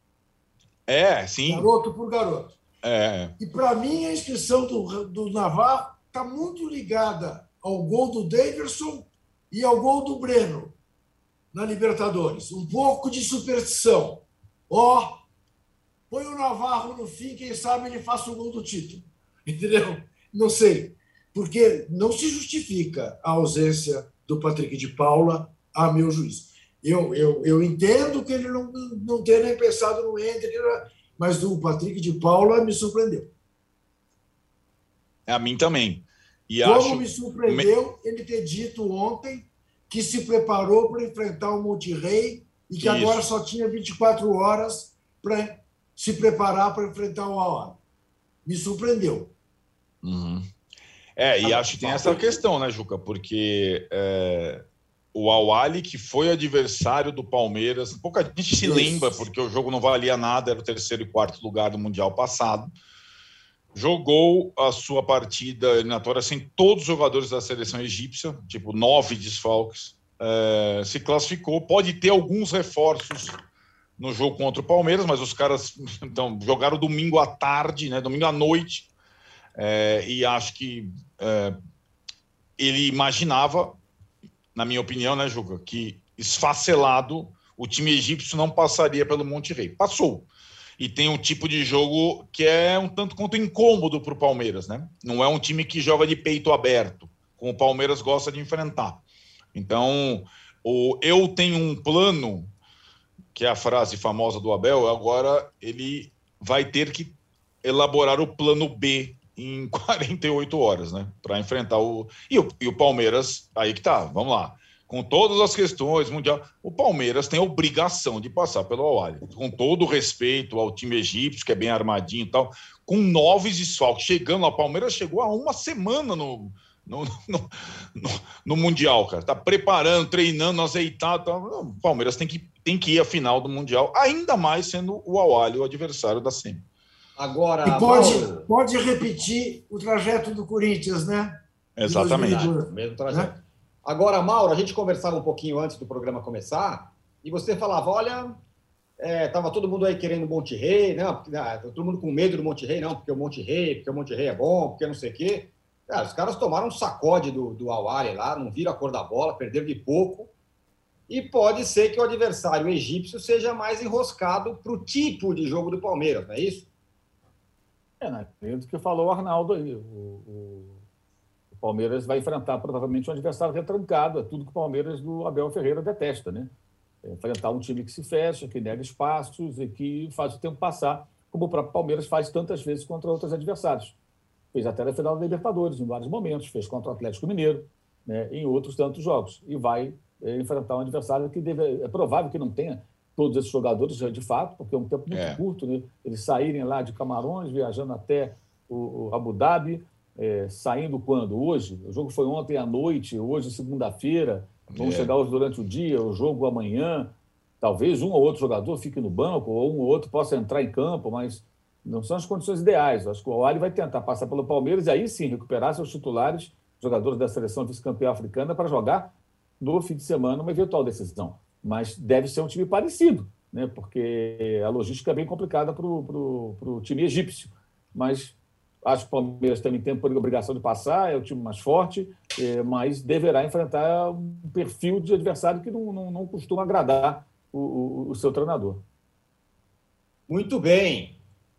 É, sim. Garoto por garoto. É. E, para mim, a inscrição do, do Navarro está muito ligada ao gol do Davidson e ao gol do Breno na Libertadores. Um pouco de superstição. Ó... Oh, põe o Navarro no fim, quem sabe ele faça o gol do título. Entendeu? Não sei. Porque não se justifica a ausência do Patrick de Paula, a meu juízo. Eu, eu, eu entendo que ele não, não tenha nem pensado no Endrick, mas o Patrick de Paula me surpreendeu. A mim também. E Como acho... me surpreendeu ele ter dito ontem que se preparou para enfrentar o Monterrey e que Isso. agora só tinha vinte e quatro horas para se preparar para enfrentar o Al-Ahly. me surpreendeu. Uhum. É, e acho que tem essa questão, né, Juca? Porque é, o Al-Ahly, que foi adversário do Palmeiras, pouca gente se lembra, porque o jogo não valia nada, era o terceiro e quarto lugar do Mundial passado, jogou a sua partida eliminatória sem todos os jogadores da seleção egípcia, tipo nove desfalques, é, se classificou, pode ter alguns reforços no jogo contra o Palmeiras, mas os caras então, jogaram domingo à tarde, né, domingo à noite, é, e acho que é, ele imaginava, na minha opinião, né, Juca, que esfacelado o time egípcio não passaria pelo Monte Rei. Passou. E tem um tipo de jogo que é um tanto quanto incômodo para o Palmeiras, né? Não é um time que joga de peito aberto, como o Palmeiras gosta de enfrentar. Então, o, eu tenho um plano, que é a frase famosa do Abel, agora ele vai ter que elaborar o plano B em quarenta e oito horas, né? Para enfrentar o... E, o... e o Palmeiras, aí que tá, vamos lá. Com todas as questões mundial, o Palmeiras tem a obrigação de passar pelo Al-Ahly, com todo o respeito ao time egípcio, que é bem armadinho e tal, com nove desfalques. Chegando lá, o Palmeiras chegou há uma semana no, no, no, no, no Mundial, cara. Tá preparando, treinando, azeitado. Tá. O Palmeiras tem que, tem que ir à final do Mundial, ainda mais sendo o Al-Ahly o adversário da semi. Agora, e pode, pode repetir o trajeto do Corinthians, né? Exatamente. Mesmo trajeto. Né? Agora, Mauro, a gente conversava um pouquinho antes do programa começar e você falava, olha, estava é, todo mundo aí querendo o Monte Rei, não, porque, ah, todo mundo com medo do Monte Rei, não, porque o Monte Rei, porque o Monte Rei é bom, porque não sei o quê. Cara, os caras tomaram um sacode do, do Al-Ahly lá, não viram a cor da bola, perderam de pouco. E pode ser que o adversário egípcio seja mais enroscado para o tipo de jogo do Palmeiras, não é isso? É, né? Dentro do que falou o Arnaldo aí. O, o, o Palmeiras vai enfrentar provavelmente um adversário retrancado. É tudo que o Palmeiras do Abel Ferreira detesta, né? É enfrentar um time que se fecha, que nega espaços e que faz o tempo passar, como o próprio Palmeiras faz tantas vezes contra outros adversários. Fez até na final da Libertadores, em vários momentos. Fez contra o Atlético Mineiro, né? Em outros tantos jogos. E vai é, enfrentar um adversário que deve, é provável que não tenha todos esses jogadores, de fato, porque é um tempo muito é. curto, né? Eles saírem lá de Camarões, viajando até o, o Abu Dhabi, é, saindo quando? Hoje? O jogo foi ontem à noite, hoje segunda-feira, vão é. chegar hoje durante o dia, o jogo amanhã, talvez um ou outro jogador fique no banco, ou um ou outro possa entrar em campo, mas não são as condições ideais. Acho que o Al-Ahly vai tentar passar pelo Palmeiras e aí sim recuperar seus titulares, jogadores da seleção vice-campeã africana, para jogar no fim de semana uma eventual decisão. Mas deve ser um time parecido, né? Porque a logística é bem complicada para o time egípcio. Mas acho que o Palmeiras também tem por obrigação de passar, é o time mais forte, é, mas deverá enfrentar um perfil de adversário que não, não, não costuma agradar o, o, o seu treinador. Muito bem.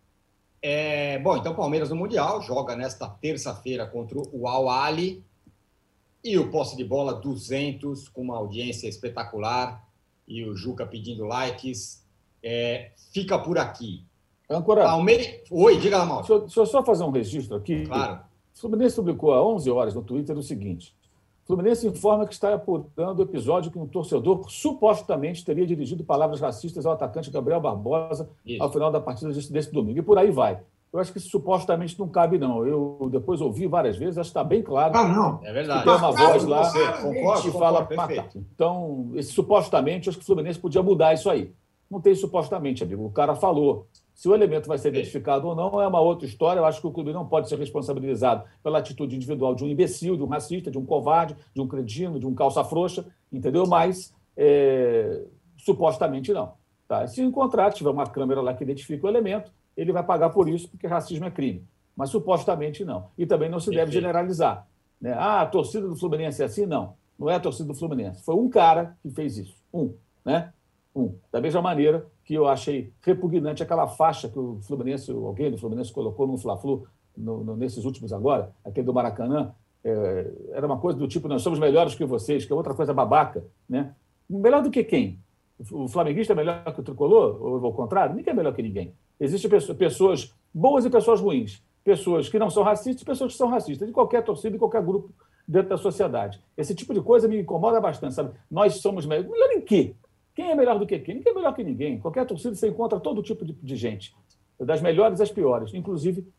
É, bom, então o Palmeiras no Mundial joga nesta terça-feira contra o Al-Ahly e o posse de bola duzentos, com uma audiência espetacular. E o Juca pedindo likes, é, fica por aqui. Âncora. Palmeiras... Oi, diga lá, Mauro. Deixa, deixa eu só fazer um registro aqui. Claro. O Fluminense publicou há onze horas no Twitter o seguinte: o Fluminense informa que está apurando o episódio que um torcedor supostamente teria dirigido palavras racistas ao atacante Gabriel Barbosa Isso. ao final da partida desse, desse domingo. E por aí vai. Eu acho que isso supostamente não cabe, não. Eu depois ouvi várias vezes, acho que está bem claro. Ah, não. É verdade. Tem uma voz lá concordo, que fala... perfeito. Então, esse supostamente, acho que o Fluminense podia mudar isso aí. Não tem supostamente, amigo. O cara falou. Se o elemento vai ser identificado ou não, é uma outra história. Eu acho que o clube não pode ser responsabilizado pela atitude individual de um imbecil, de um racista, de um covarde, de um cretino, de um calça-frouxa, entendeu? Mas, é... supostamente, não. Tá? Se encontrar, tiver uma câmera lá que identifica o elemento, ele vai pagar por isso, porque racismo é crime. Mas supostamente não. E também não se deve Perfeito. generalizar. Né? Ah, a torcida do Fluminense é assim? Não. Não é a torcida do Fluminense. Foi um cara que fez isso. Um. Né? Um. Da mesma maneira que eu achei repugnante aquela faixa que o Fluminense, alguém do Fluminense colocou no Fla-Flu, no, no, nesses últimos agora, aquele do Maracanã, é, era uma coisa do tipo, nós somos melhores que vocês, que é outra coisa babaca. Né? Melhor do que quem? O flamenguista é melhor que o tricolor? Ou ao contrário? Ninguém é melhor que ninguém. Existem pessoas boas e pessoas ruins. Pessoas que não são racistas e pessoas que são racistas. De qualquer torcida, de qualquer grupo dentro da sociedade. Esse tipo de coisa me incomoda bastante, sabe? Nós somos melhores. Melhor em quê? Quem é melhor do que quem? Ninguém é melhor que ninguém. Qualquer torcida você encontra todo tipo de, de gente. Das melhores às piores. Inclusive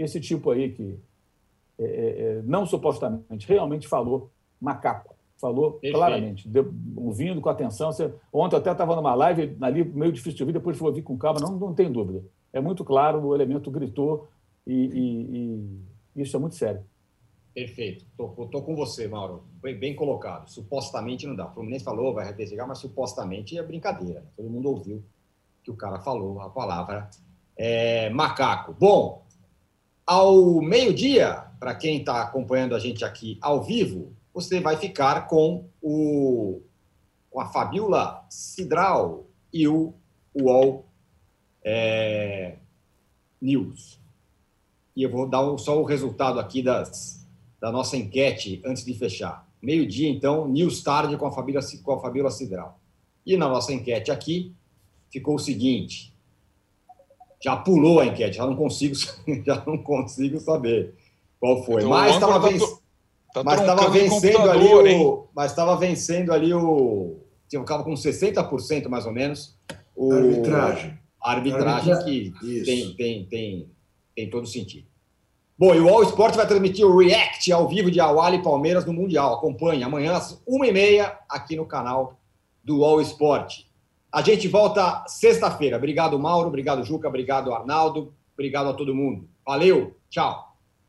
esse tipo aí que é, é, não supostamente, realmente falou macaco. Falou Perfeito. claramente, deu, ouvindo com atenção. Você, ontem eu até estava numa live, ali meio difícil de ouvir, depois foi ouvir com calma, não, não tem dúvida. É muito claro, o elemento gritou e, e, e isso é muito sério. Perfeito. Estou com você, Mauro. Bem, bem colocado. Supostamente não dá. O Fluminense falou, vai investigar, mas supostamente é brincadeira. Todo mundo ouviu que o cara falou a palavra é, macaco. Bom, ao meio-dia, para quem está acompanhando a gente aqui ao vivo, você vai ficar com, o, com a Fabiola Cidral e o U O L é, News. E eu vou dar só o resultado aqui das, da nossa enquete antes de fechar. Meio-dia, então, News Tarde com a Fabiola, com a Fabiola Cidral. E na nossa enquete aqui ficou o seguinte. Já pulou a enquete, já não consigo, já não consigo saber qual foi. Então, mas estava vencendo. Tá mas estava vencendo ali o. Hein? Mas estava vencendo ali o. Ficava com sessenta por cento mais ou menos. O, a arbitragem. A arbitragem Arbitra... que tem, tem, tem, tem todo sentido. Bom, e o All Sport vai transmitir o React ao vivo de Al-Ahly e Palmeiras no Mundial. Acompanhe amanhã às uma e meia aqui no canal do All Sport. A gente volta sexta-feira. Obrigado, Mauro. Obrigado, Juca. Obrigado, Arnaldo. Obrigado a todo mundo. Valeu. Tchau.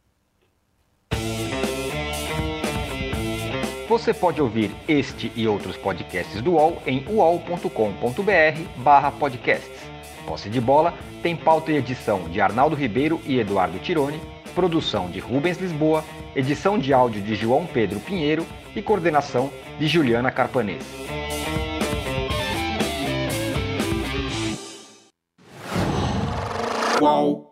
Você pode ouvir este e outros podcasts do U O L em uol ponto com ponto br barra podcasts. Posse de Bola tem pauta e edição de Arnaldo Ribeiro e Eduardo Tironi, produção de Rubens Lisboa, edição de áudio de João Pedro Pinheiro e coordenação de Juliana Carpanês. Uau.